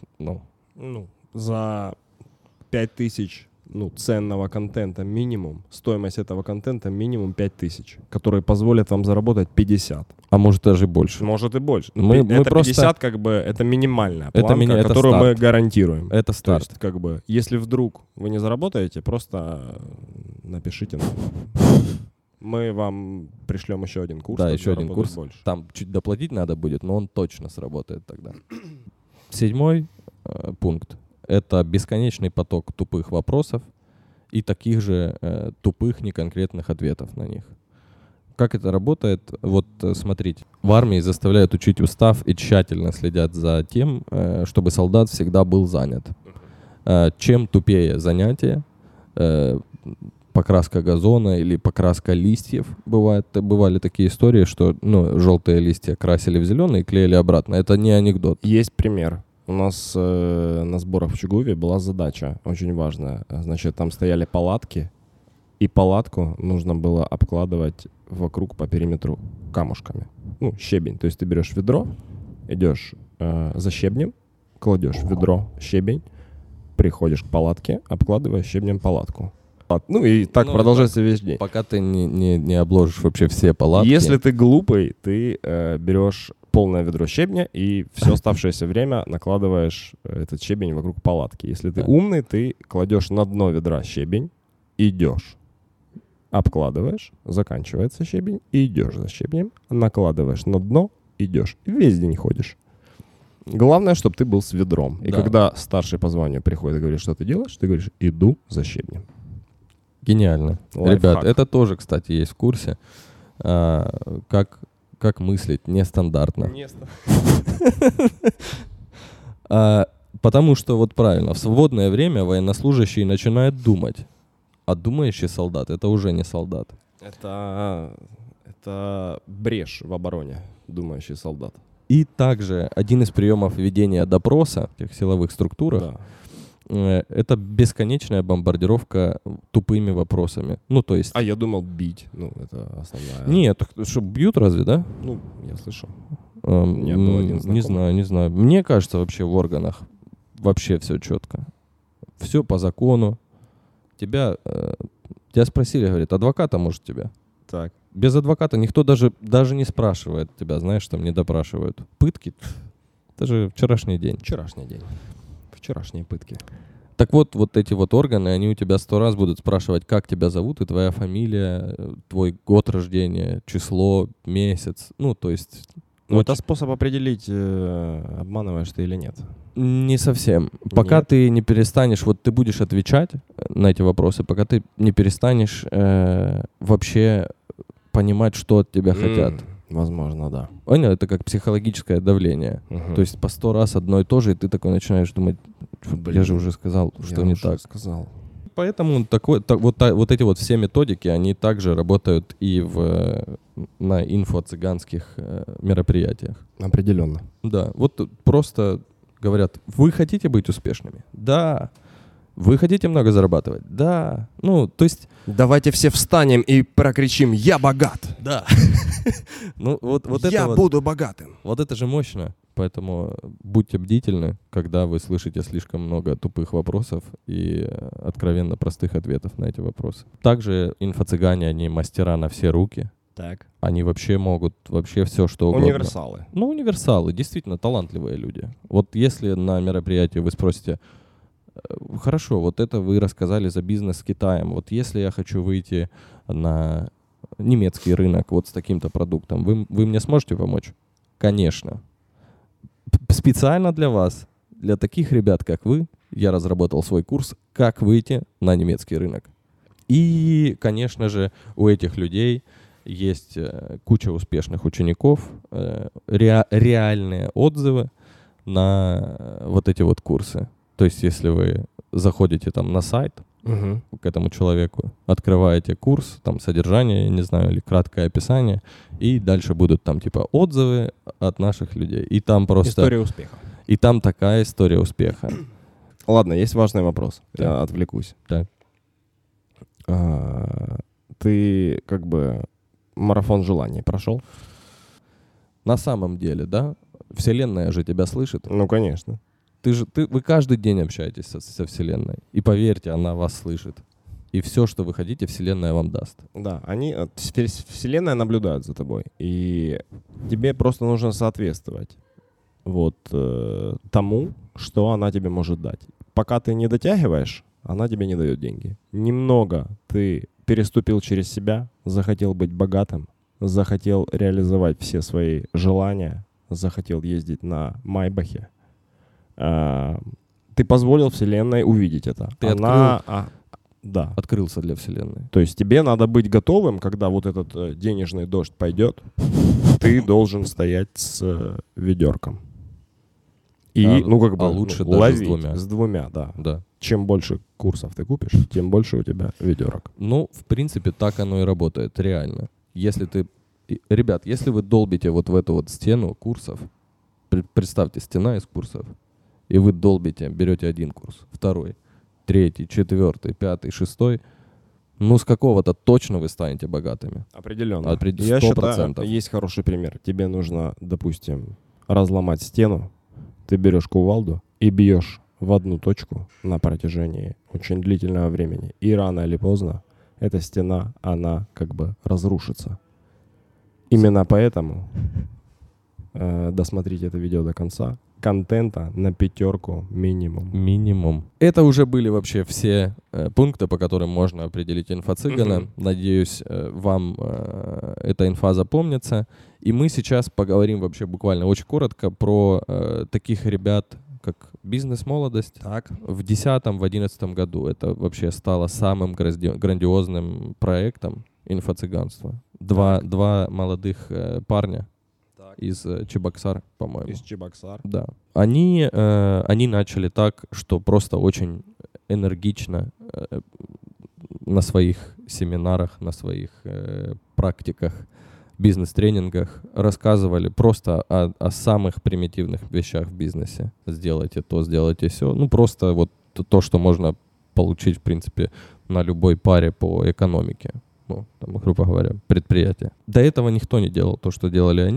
за 5000 ценного контента минимум, стоимость этого контента минимум 5000, которые позволят вам заработать 50. А может даже больше. Может и больше. Мы 50 это минимальная планка, это которую старт. мы гарантируем. Это старт. То есть, если вдруг вы не заработаете, просто напишите нам. Мы вам пришлем еще один курс. Да, еще один курс. Больше. Там чуть доплатить надо будет, но он точно сработает тогда. 7 пункт. Это бесконечный поток тупых вопросов и таких же тупых неконкретных ответов на них. Как это работает? Вот смотрите. В армии заставляют учить устав и тщательно следят за тем, чтобы солдат всегда был занят. Чем тупее занятие, покраска газона или покраска листьев, бывали такие истории, что желтые листья красили в зеленый и клеили обратно. Это не анекдот. Есть пример. У нас на сборах в Чугуеве была задача очень важная. Значит, там стояли палатки, и палатку нужно было обкладывать вокруг по периметру камушками. Щебень. То есть ты берешь ведро, идешь за щебнем, кладешь в ведро щебень, приходишь к палатке, обкладываешь щебнем палатку. И так продолжается весь день. Пока ты не обложишь вообще все палатки. Если ты глупый, ты берешь полное ведро щебня и все оставшееся время накладываешь этот щебень вокруг палатки. Если ты умный, ты кладешь на дно ведра щебень, идешь, обкладываешь, заканчивается щебень, и идешь за щебнем, накладываешь на дно, идешь. И весь день ходишь. Главное, чтобы ты был с ведром. И когда старший по званию приходит и говорит, что ты делаешь, ты говоришь, иду за щебнем. Гениально. Лайфхак. Ребят, это тоже, кстати, есть в курсе. Как мыслить нестандартно. Потому что, вот правильно, в свободное время военнослужащий начинает думать. А думающий солдат — это уже не солдат. Это брешь в обороне, думающий солдат. И также один из приемов ведения допроса в тех силовых структурах это бесконечная бомбардировка тупыми вопросами. То есть... А я думал бить. Это основная... Нет, что, бьют разве, да? Я слышал. Нет, был один знакомый. Не знаю. Мне кажется, вообще в органах вообще все четко. Все по закону. Тебя спросили, говорит, адвоката может тебя? Так. Без адвоката никто даже не спрашивает тебя, знаешь, там не допрашивают. Пытки — это же вчерашний день. Вчерашние пытки. Так вот эти вот органы, они у тебя 100 раз будут спрашивать, как тебя зовут, и твоя фамилия, твой год рождения, число, месяц. Ну, то есть... Это способ определить, обманываешь ты или нет. Не совсем. Пока Нет. ты не перестанешь, вот ты будешь отвечать на эти вопросы, пока ты не перестанешь вообще понимать, что от тебя хотят. Возможно, да. Понял? Это как психологическое давление. Угу. То есть по 100 раз одно и то же, и ты такой начинаешь думать, я же уже сказал, что не так. Сказал. Поэтому вот эти вот все методики, они также работают и на инфо-цыганских мероприятиях. Определенно. Да, вот просто говорят, вы хотите быть успешными? Да. Вы хотите много зарабатывать? Да. Ну, то есть... Давайте все встанем и прокричим «Я богат!» Да. Ну, вот «Я это буду богатым!» Вот это же мощно. Поэтому будьте бдительны, когда вы слышите слишком много тупых вопросов и откровенно простых ответов на эти вопросы. Также инфо-цыгане, они мастера на все руки. Так. Они вообще могут все, что угодно. Универсалы. Ну, универсалы, действительно талантливые люди. Вот если на мероприятии вы спросите, хорошо, вот это вы рассказали за бизнес с Китаем, вот если я хочу выйти на немецкий рынок вот с таким-то продуктом, вы мне сможете помочь? Конечно. Специально для вас, для таких ребят, как вы, я разработал свой курс «Как выйти на немецкий рынок». И, конечно же, у этих людей есть куча успешных учеников, реальные отзывы на вот эти вот курсы. То есть, если вы заходите там на сайт к этому человеку, открываете курс, там содержание, я не знаю, или краткое описание, и дальше будут там типа отзывы от наших людей. И там просто... История успеха. И там такая история успеха. Ладно, есть важный вопрос. Да. Я отвлекусь. Так. Ты как бы марафон желаний прошел? На самом деле, да? Вселенная же тебя слышит. Ну, конечно. Вы каждый день общаетесь со Вселенной. И поверьте, она вас слышит. И все, что вы хотите, Вселенная вам даст. Да, Вселенная наблюдает за тобой. И тебе просто нужно соответствовать тому, что она тебе может дать. Пока ты не дотягиваешь, она тебе не дает деньги. Немного ты переступил через себя, захотел быть богатым, захотел реализовать все свои желания, захотел ездить на Майбахе. Ты позволил Вселенной увидеть это. Да. Открылся для Вселенной. То есть тебе надо быть готовым, когда вот этот денежный дождь пойдет, ты должен стоять с ведерком. И, лучше даже ловить с 2. С 2, да. Да. Чем больше курсов ты купишь, тем больше у тебя ведерок. Ну, в принципе, так оно и работает, реально. Ребят, если вы долбите вот в эту вот стену курсов, представьте, стена из курсов, и вы долбите, берете один курс, второй, 3, 4, 5, 6, ну, с какого-то точно вы станете богатыми. Определенно. 100%. Я считаю, есть хороший пример. Тебе нужно, допустим, разломать стену, ты берешь кувалду и бьешь в одну точку на протяжении очень длительного времени. И рано или поздно эта стена, она как бы разрушится. Именно поэтому досмотрите это видео до конца. Контента на 5 минимум. Минимум. Это уже были вообще все пункты, по которым можно определить инфо-цыгана. Надеюсь, вам эта инфа запомнится. И мы сейчас поговорим вообще буквально очень коротко про таких ребят, как «Бизнес-молодость». Так. В 2010-2011 году это вообще стало самым грандиозным проектом инфо-цыганства. Два молодых парня из Чебоксар, по-моему. Из Чебоксар. Да. Они начали так, что просто очень энергично на своих семинарах, на своих практиках, бизнес-тренингах рассказывали просто о самых примитивных вещах в бизнесе. Сделайте то, сделайте сё. Ну, просто вот то, что можно получить, в принципе, на любой паре по экономике. Ну, там, грубо говоря, предприятие. До этого никто не делал то, что делали они.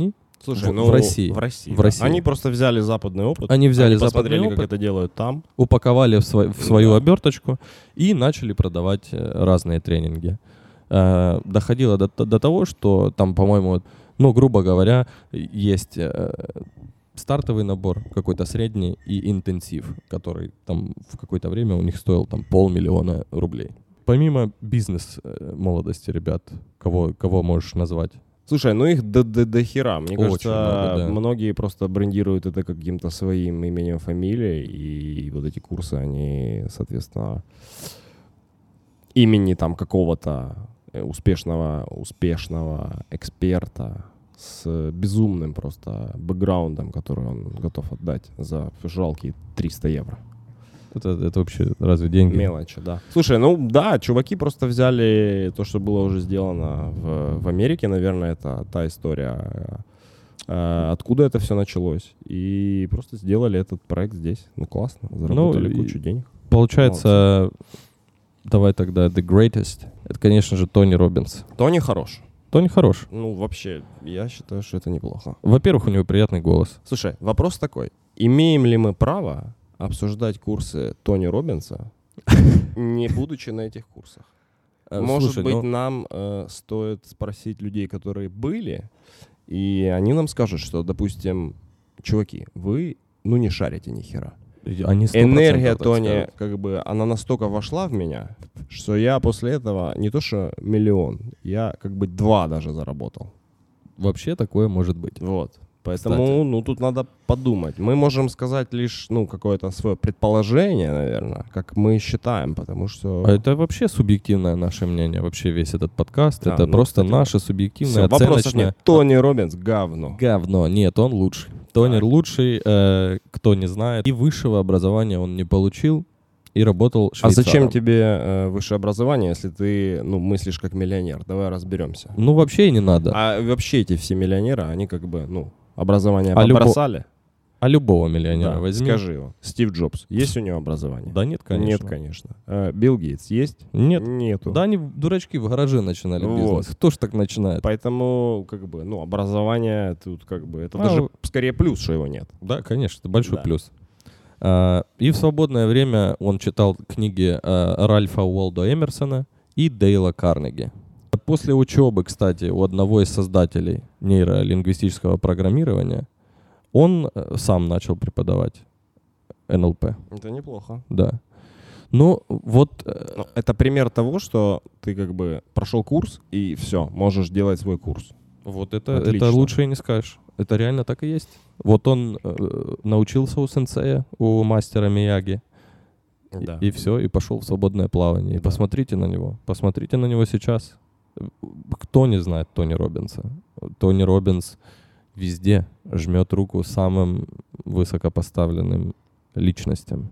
Слушай, в России. В России. В России. Они просто взяли западный опыт. Они взяли западный посмотрели, опыт, как это делают там. упаковали в свою оберточку и начали продавать разные тренинги. Доходило до того, что там, по-моему, грубо говоря, есть стартовый набор, какой-то средний и интенсив, который там в какое-то время у них стоил там 500 000 рублей. Помимо бизнес-молодости ребят, кого можешь назвать? Слушай, их до хера. Мне Очень кажется, много, да. многие просто брендируют это каким-то своим именем, фамилией, и вот эти курсы, они, соответственно, имени там какого-то успешного эксперта с безумным просто бэкграундом, который он готов отдать за жалкие 300 евро. Это вообще разве деньги? Мелочи, да. Слушай, чуваки просто взяли то, что было уже сделано в Америке, наверное, это та история, откуда это все началось, и просто сделали этот проект здесь. Классно, заработали кучу денег. Получается, давай тогда The Greatest. Это, конечно же, Тони Роббинс. Тони хорош. Тони хорош. Вообще, я считаю, что это неплохо. Во-первых, у него приятный голос. Слушай, вопрос такой. Имеем ли мы право обсуждать курсы Тони Роббинса, не будучи на этих курсах? Может быть, нам стоит спросить людей, которые были, и они нам скажут, что, допустим, чуваки, вы, не шарите ни хера. Энергия Тони, она настолько вошла в меня, что я после этого не то что 1 000 000, я 2 даже заработал. Вообще такое может быть. Вот. Поэтому, тут надо подумать. Мы можем сказать лишь, какое-то свое предположение, наверное, как мы считаем, потому что... А это вообще субъективное наше мнение, вообще весь этот подкаст. Это просто наше субъективное, оценочное... Вопросов нет. Тони Роббинс — говно. Говно. Нет, он лучший. Тони лучший, кто не знает. И высшего образования он не получил. И работал швейцаром. А зачем тебе высшее образование, если ты мыслишь как миллионер? Давай разберемся. Вообще и не надо. А вообще эти все миллионеры, они образование побросали. А любого миллионера возьми. Скажи его. Стив Джобс, есть у него образование? Да нет, конечно. Нет, конечно. Билл Гейтс есть? Нет. Нету. Да они, дурачки, в гараже начинали бизнес. Кто ж так начинает? Поэтому, образование тут это даже скорее плюс, что его нет. Да, конечно, это большой плюс. И в свободное время он читал книги Ральфа Уолдо Эмерсона и Дейла Карнеги. После учебы, кстати, у одного из создателей нейролингвистического программирования он сам начал преподавать НЛП. Это неплохо. Да. Это пример того, что ты прошел курс и все, можешь делать свой курс. Вот это лучше и не скажешь. Это реально так и есть. Вот он научился у сенсея, у мастера Мияги. Да. И все, и пошел в свободное плавание. И посмотрите на него. Посмотрите на него сейчас. Кто не знает Тони Роббинса? Тони Роббинс везде жмет руку самым высокопоставленным личностям.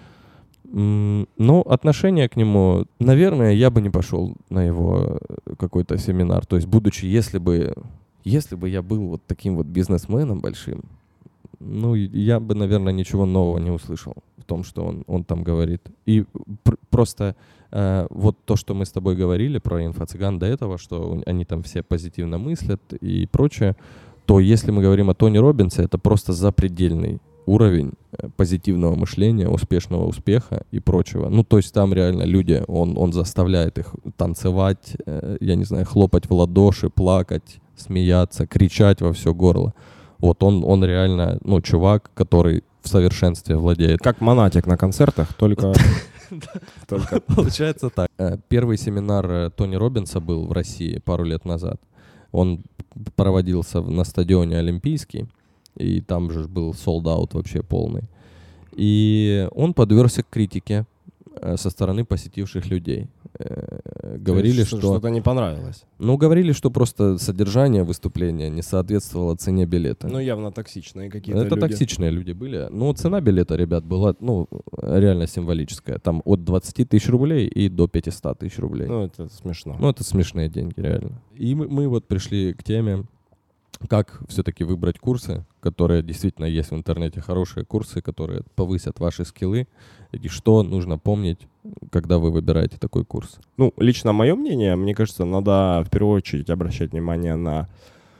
Отношение к нему, наверное, я бы не пошел на его какой-то семинар. То есть, будучи, если бы я был вот таким вот бизнесменом большим, я бы, наверное, ничего нового не услышал в том, что он там говорит. И просто вот то, что мы с тобой говорили про инфо-цыган до этого, что они там все позитивно мыслят и прочее, то если мы говорим о Тони Роббинсе, это просто запредельный уровень позитивного мышления, успешного успеха и прочего. То есть там реально люди, он заставляет их танцевать, я не знаю, хлопать в ладоши, плакать, смеяться, кричать во все горло. Вот он реально, чувак, который в совершенстве владеет. Как Монатик на концертах, только... Получается так. Первый семинар Тони Роббинса был в России пару лет назад. Он проводился на стадионе Олимпийский, и там же был sold-out вообще полный. И он подвергся критике со стороны посетивших людей. Говорили, что... Что-то не понравилось. Говорили, что просто содержание выступления не соответствовало цене билета. Явно токсичные какие-то люди. Это токсичные люди были. Цена билета, ребят, была, реально символическая. Там от 20 тысяч рублей и до 500 тысяч рублей. Это смешно. Это смешные деньги, реально. И мы вот пришли к теме, как все-таки выбрать курсы, которые действительно есть в интернете, хорошие курсы, которые повысят ваши скиллы, и что нужно помнить, когда вы выбираете такой курс. Лично мое мнение, мне кажется, надо в первую очередь обращать внимание на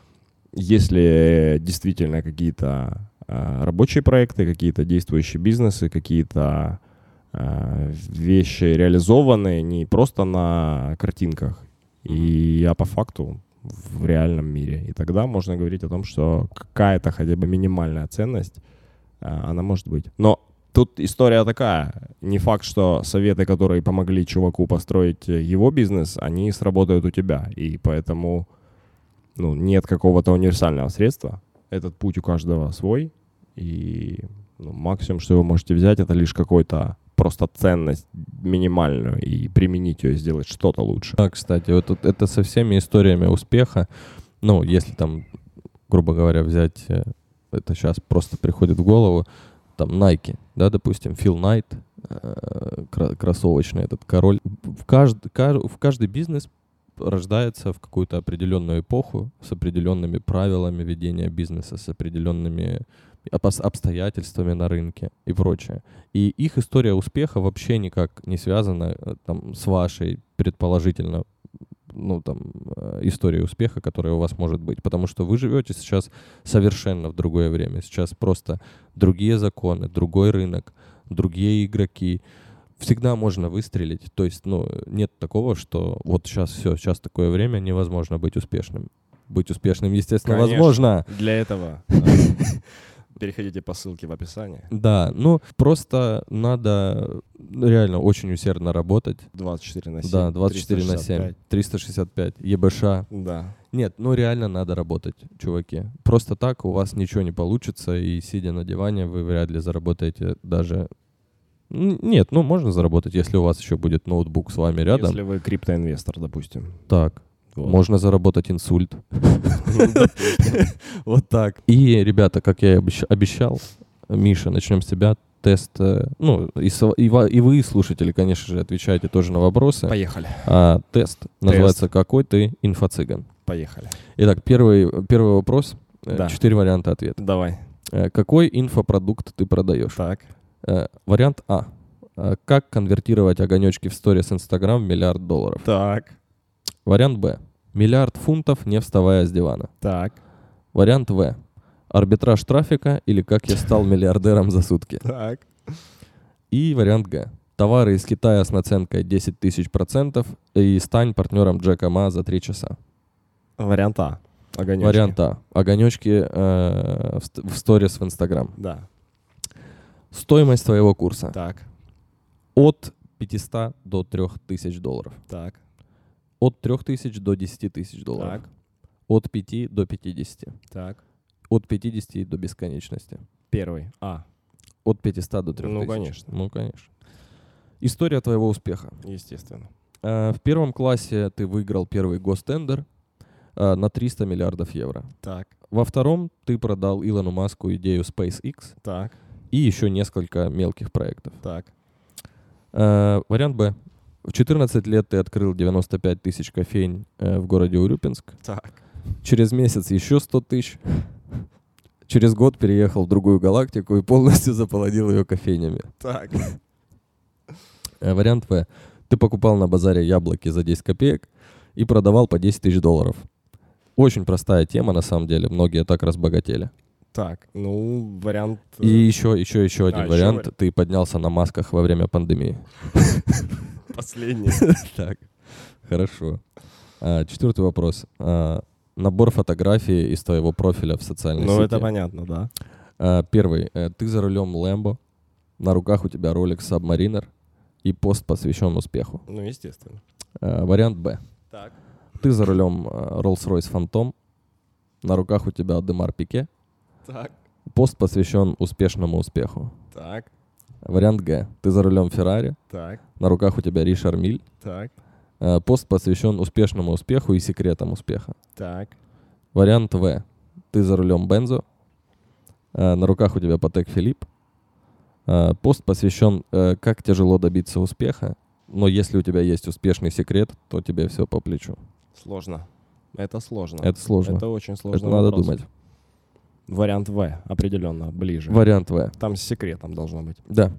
Если действительно какие-то рабочие проекты, какие-то действующие бизнесы, какие-то вещи реализованные не просто на картинках, а по факту в реальном мире. И тогда можно говорить о том, что какая-то хотя бы минимальная ценность, она может быть. Но тут история такая. Не факт, что советы, которые помогли чуваку построить его бизнес, они сработают у тебя. И поэтому нет какого-то универсального средства. Этот путь у каждого свой. И максимум, что вы можете взять, это лишь какой-то просто ценность минимальную и применить ее, сделать что-то лучше. Да, кстати, вот это со всеми историями успеха, если там, грубо говоря, взять, это сейчас просто приходит в голову, там Nike, да, допустим, Фил Найт, кроссовочный этот король. В каждый бизнес рождается в какую-то определенную эпоху с определенными правилами ведения бизнеса, с определенными обстоятельствами на рынке и прочее. И их история успеха вообще никак не связана там, с вашей, предположительно, историей успеха, которая у вас может быть. Потому что вы живете сейчас совершенно в другое время. Сейчас просто другие законы, другой рынок, другие игроки. Всегда можно выстрелить. То есть, нет такого, что вот сейчас такое время, невозможно быть успешным. Быть успешным, естественно, конечно, возможно. Для этого переходите по ссылке в описании. Да, просто надо реально очень усердно работать. 24 на 7. Да, 24 на 7. 365. ЕБШ. Да. Нет, реально надо работать, чуваки. Просто так у вас ничего не получится, и сидя на диване вы вряд ли заработаете даже... Нет, можно заработать, если у вас еще будет ноутбук с вами рядом. Если вы криптоинвестор, допустим. Так. Вот. Можно заработать инсульт. Вот так. И, ребята, как я и обещал, Миша, начнем с тебя. Тест, и вы, слушатели, конечно же, отвечаете тоже на вопросы. Поехали. Тест называется «Какой ты инфо-цыган?». Поехали. Итак, первый вопрос. Да. 4 варианта ответа. Давай. Какой инфопродукт ты продаешь? Так. Вариант А. Как конвертировать огонечки в сторис Инстаграм в $1 миллиард? Так. Вариант Б. 1 миллиард фунтов, не вставая с дивана. Так. Вариант В. Арбитраж трафика или как я стал миллиардером за сутки. Так. И вариант Г. Товары из Китая с наценкой 10 000% и стань партнером Джека Ма за 3 часа. Вариант А. Огонечки. Вариант А. Огонечки в сторис в Инстаграм. Да. Стоимость твоего курса. Так. От 500 до $3000. Так. От 3000 до $10 000. Так. От 5 до 50. Так. От 50 до бесконечности. Первый. А. От 500 до 3000. Конечно. История твоего успеха. Естественно. В первом классе ты выиграл первый гостендер на 300 миллиардов евро. Так. Во втором ты продал Илону Маску идею SpaceX Так. и еще несколько мелких проектов. Так. Вариант Б. В 14 лет ты открыл 95 тысяч кофейн в городе Урюпинск. Так. Через месяц еще 100 тысяч. Через год переехал в другую галактику и полностью заполонил ее кофейнями. Так. Вариант В. Ты покупал на базаре яблоки за 10 копеек и продавал по $10 000. Очень простая тема, на самом деле. Многие так разбогатели. Так, вариант... И еще один вариант. Ты поднялся на масках во время пандемии. Последний. Так, хорошо. 4-й вопрос. Набор фотографий из твоего профиля в социальной сети. Это понятно, да. 1. Ты за рулем Lambo. На руках у тебя Rolex Submariner. И пост посвящен успеху. Естественно. Вариант Б. Так. Ты за рулем Rolls-Royce Phantom. На руках у тебя Демар Пике. Так. Пост посвящен успешному успеху. Так. Вариант Г. Ты за рулем Ferrari. Так. На руках у тебя Ришар Миль. Так. Пост посвящен успешному успеху и секретам успеха. Так. Вариант В. Ты за рулем Бензо. На руках у тебя Патек Филипп. Пост посвящен, как тяжело добиться успеха. Но если у тебя есть успешный секрет, то тебе все по плечу. Сложно. Это сложно. Это сложно. Это очень сложно. Это надо думать. Вариант В определенно ближе. Вариант В. Там с секретом должно быть. Да.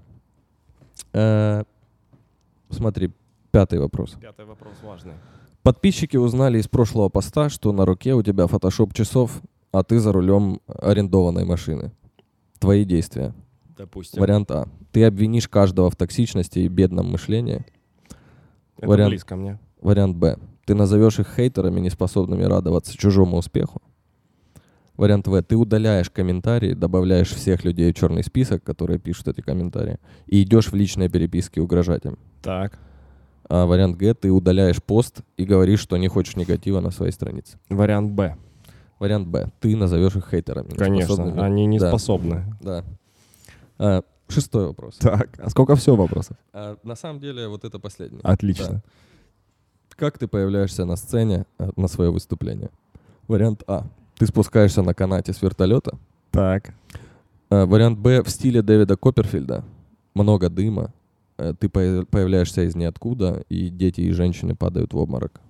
Смотри, 5-й вопрос. 5-й вопрос важный. Подписчики узнали из прошлого поста, что на руке у тебя фотошоп часов а ты за рулем арендованной машины. Твои действия. Допустим. Вариант А. Ты обвинишь каждого в токсичности и бедном мышлении. Это близко мне. Вариант Б. Ты назовешь их хейтерами, неспособными радоваться чужому успеху. Вариант В. Ты удаляешь комментарии, добавляешь всех людей в черный список, которые пишут эти комментарии, и идешь в личные переписки угрожать им. Так. А вариант Г. Ты удаляешь пост и говоришь, что не хочешь негатива на своей странице. Вариант Б. Вариант Б. Ты назовешь их хейтерами. Конечно, они не способны. Да. 6-й вопрос. Так, а сколько всего вопросов? На самом деле, вот это последний. Отлично. Да. Как ты появляешься на сцене на свое выступление? Вариант А. Ты спускаешься на канате с вертолета. Так. Вариант Б. В стиле Дэвида Копперфильда. Много дыма. Ты появляешься из ниоткуда, и дети и женщины падают в обморок.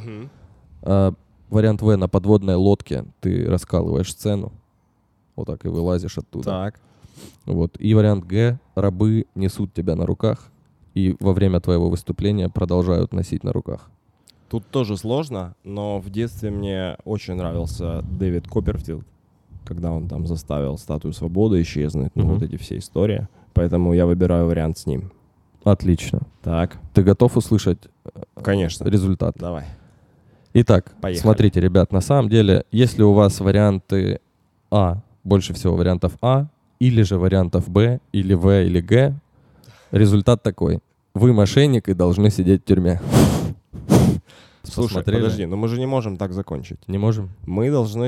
Вариант В. На подводной лодке ты раскалываешь сцену. Вот так и вылазишь оттуда. Так. Вот. И вариант Г. Рабы несут тебя на руках, и во время твоего выступления продолжают носить на руках. Тут тоже сложно, но в детстве мне очень нравился Дэвид Копперфильд, когда он там заставил статую свободы исчезнуть, вот эти все истории. Поэтому я выбираю вариант с ним. Отлично. Так. Ты готов услышать Конечно. результат? Давай. Итак, Поехали. Смотрите, ребят, на самом деле, если у вас варианты А, больше всего вариантов А, или же вариантов Б, или В, или Г, результат такой. Вы мошенник и должны сидеть в тюрьме. Слушай, Посмотрели? подожди, но мы же не можем так закончить. Не можем? Мы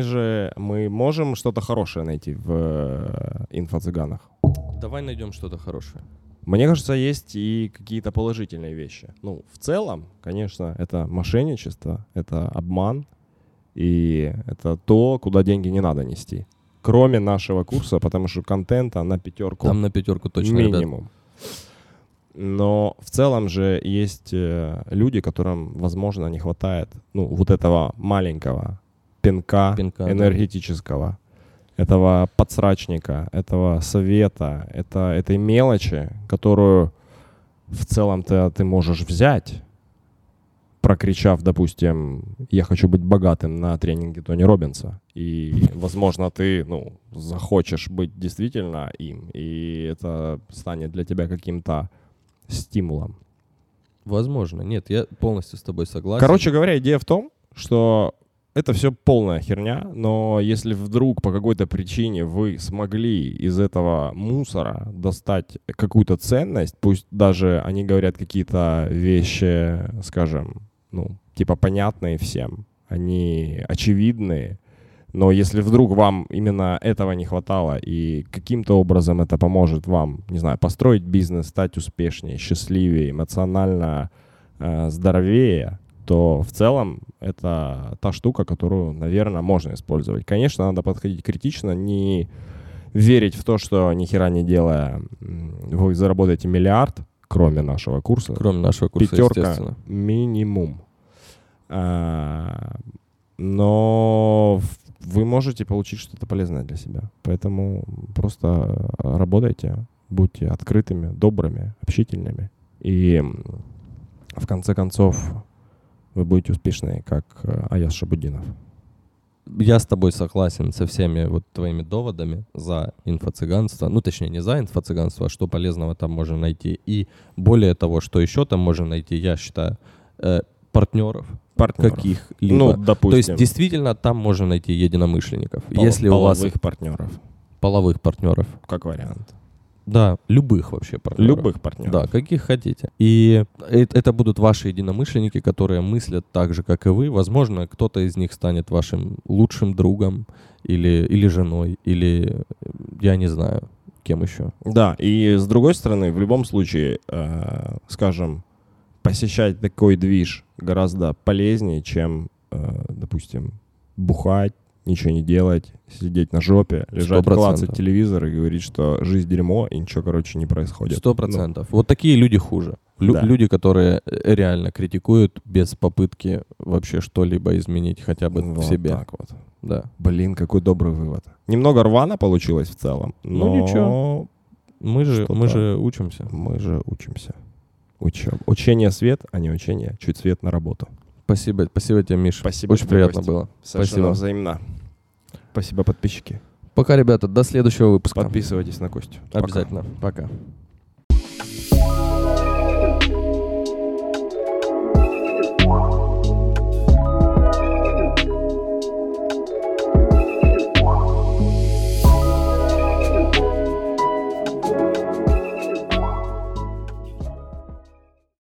можем что-то хорошее найти в инфо-цыганах. Давай найдем что-то хорошее. Мне кажется, есть и какие-то положительные вещи. Ну, в целом, конечно, это мошенничество, это обман, и это то, куда деньги не надо нести. Кроме нашего курса, потому что контента на 5 Там на 5 точно, минимум. ребят. Но в целом же есть люди, которым, возможно, не хватает вот этого маленького пинка энергетического, этого подсрачника, этого совета, этой мелочи, которую в целом-то ты можешь взять, прокричав, допустим, «Я хочу быть богатым» на тренинге Тони Роббинса. И, возможно, ты захочешь быть действительно им, и это станет для тебя каким-то стимулом. Возможно. Нет, я полностью с тобой согласен. Короче говоря, идея в том, что это все полная херня, но если вдруг по какой-то причине вы смогли из этого мусора достать какую-то ценность, пусть даже они говорят какие-то вещи, скажем, типа понятные всем, они очевидные, но если вдруг вам именно этого не хватало, и каким-то образом это поможет вам, не знаю, построить бизнес, стать успешнее, счастливее, эмоционально здоровее, то в целом это та штука, которую, наверное, можно использовать. Конечно, надо подходить критично, не верить в то, что ни хера не делая, вы заработаете миллиард, кроме нашего курса. Кроме нашего курса, 5 естественно. Минимум. Но вы можете получить что-то полезное для себя. Поэтому просто работайте, будьте открытыми, добрыми, общительными. И в конце концов вы будете успешны, как Аяз Шабудинов. Я с тобой согласен со всеми вот твоими доводами за инфо-цыганство. Ну, точнее, не за инфо-цыганство, а что полезного там можно найти. И более того, что еще там можно найти, я считаю, партнеров. Каких-либо. Допустим. То есть, действительно, там можно найти единомышленников. Если у вас партнеров. Половых партнеров. Как вариант. Да, любых вообще партнеров. Любых партнеров. Да, каких хотите. И это будут ваши единомышленники, которые мыслят так же, как и вы. Возможно, кто-то из них станет вашим лучшим другом или женой, или я не знаю, кем еще. Да, и с другой стороны, в любом случае, скажем, посещать такой движ гораздо полезнее, чем, допустим, бухать, ничего не делать, сидеть на жопе, лежать, 100%. клацать телевизор и говорить, что жизнь дерьмо, и ничего, не происходит. 100%. Вот такие люди хуже. Да. Люди, которые реально критикуют без попытки вообще что-либо изменить хотя бы в себе. Так вот. Да. Блин, какой добрый вывод. Немного рвано получилось в целом, но ничего. Мы же учимся. Мы же учимся. Учение свет, а не учение. Чуть свет на работу. Спасибо тебе, Миш. Спасибо. Очень приятно было. Совершенно Спасибо. взаимно. Спасибо, подписчики. Пока, ребята, до следующего выпуска. Подписывайтесь на Костю. Обязательно. Пока.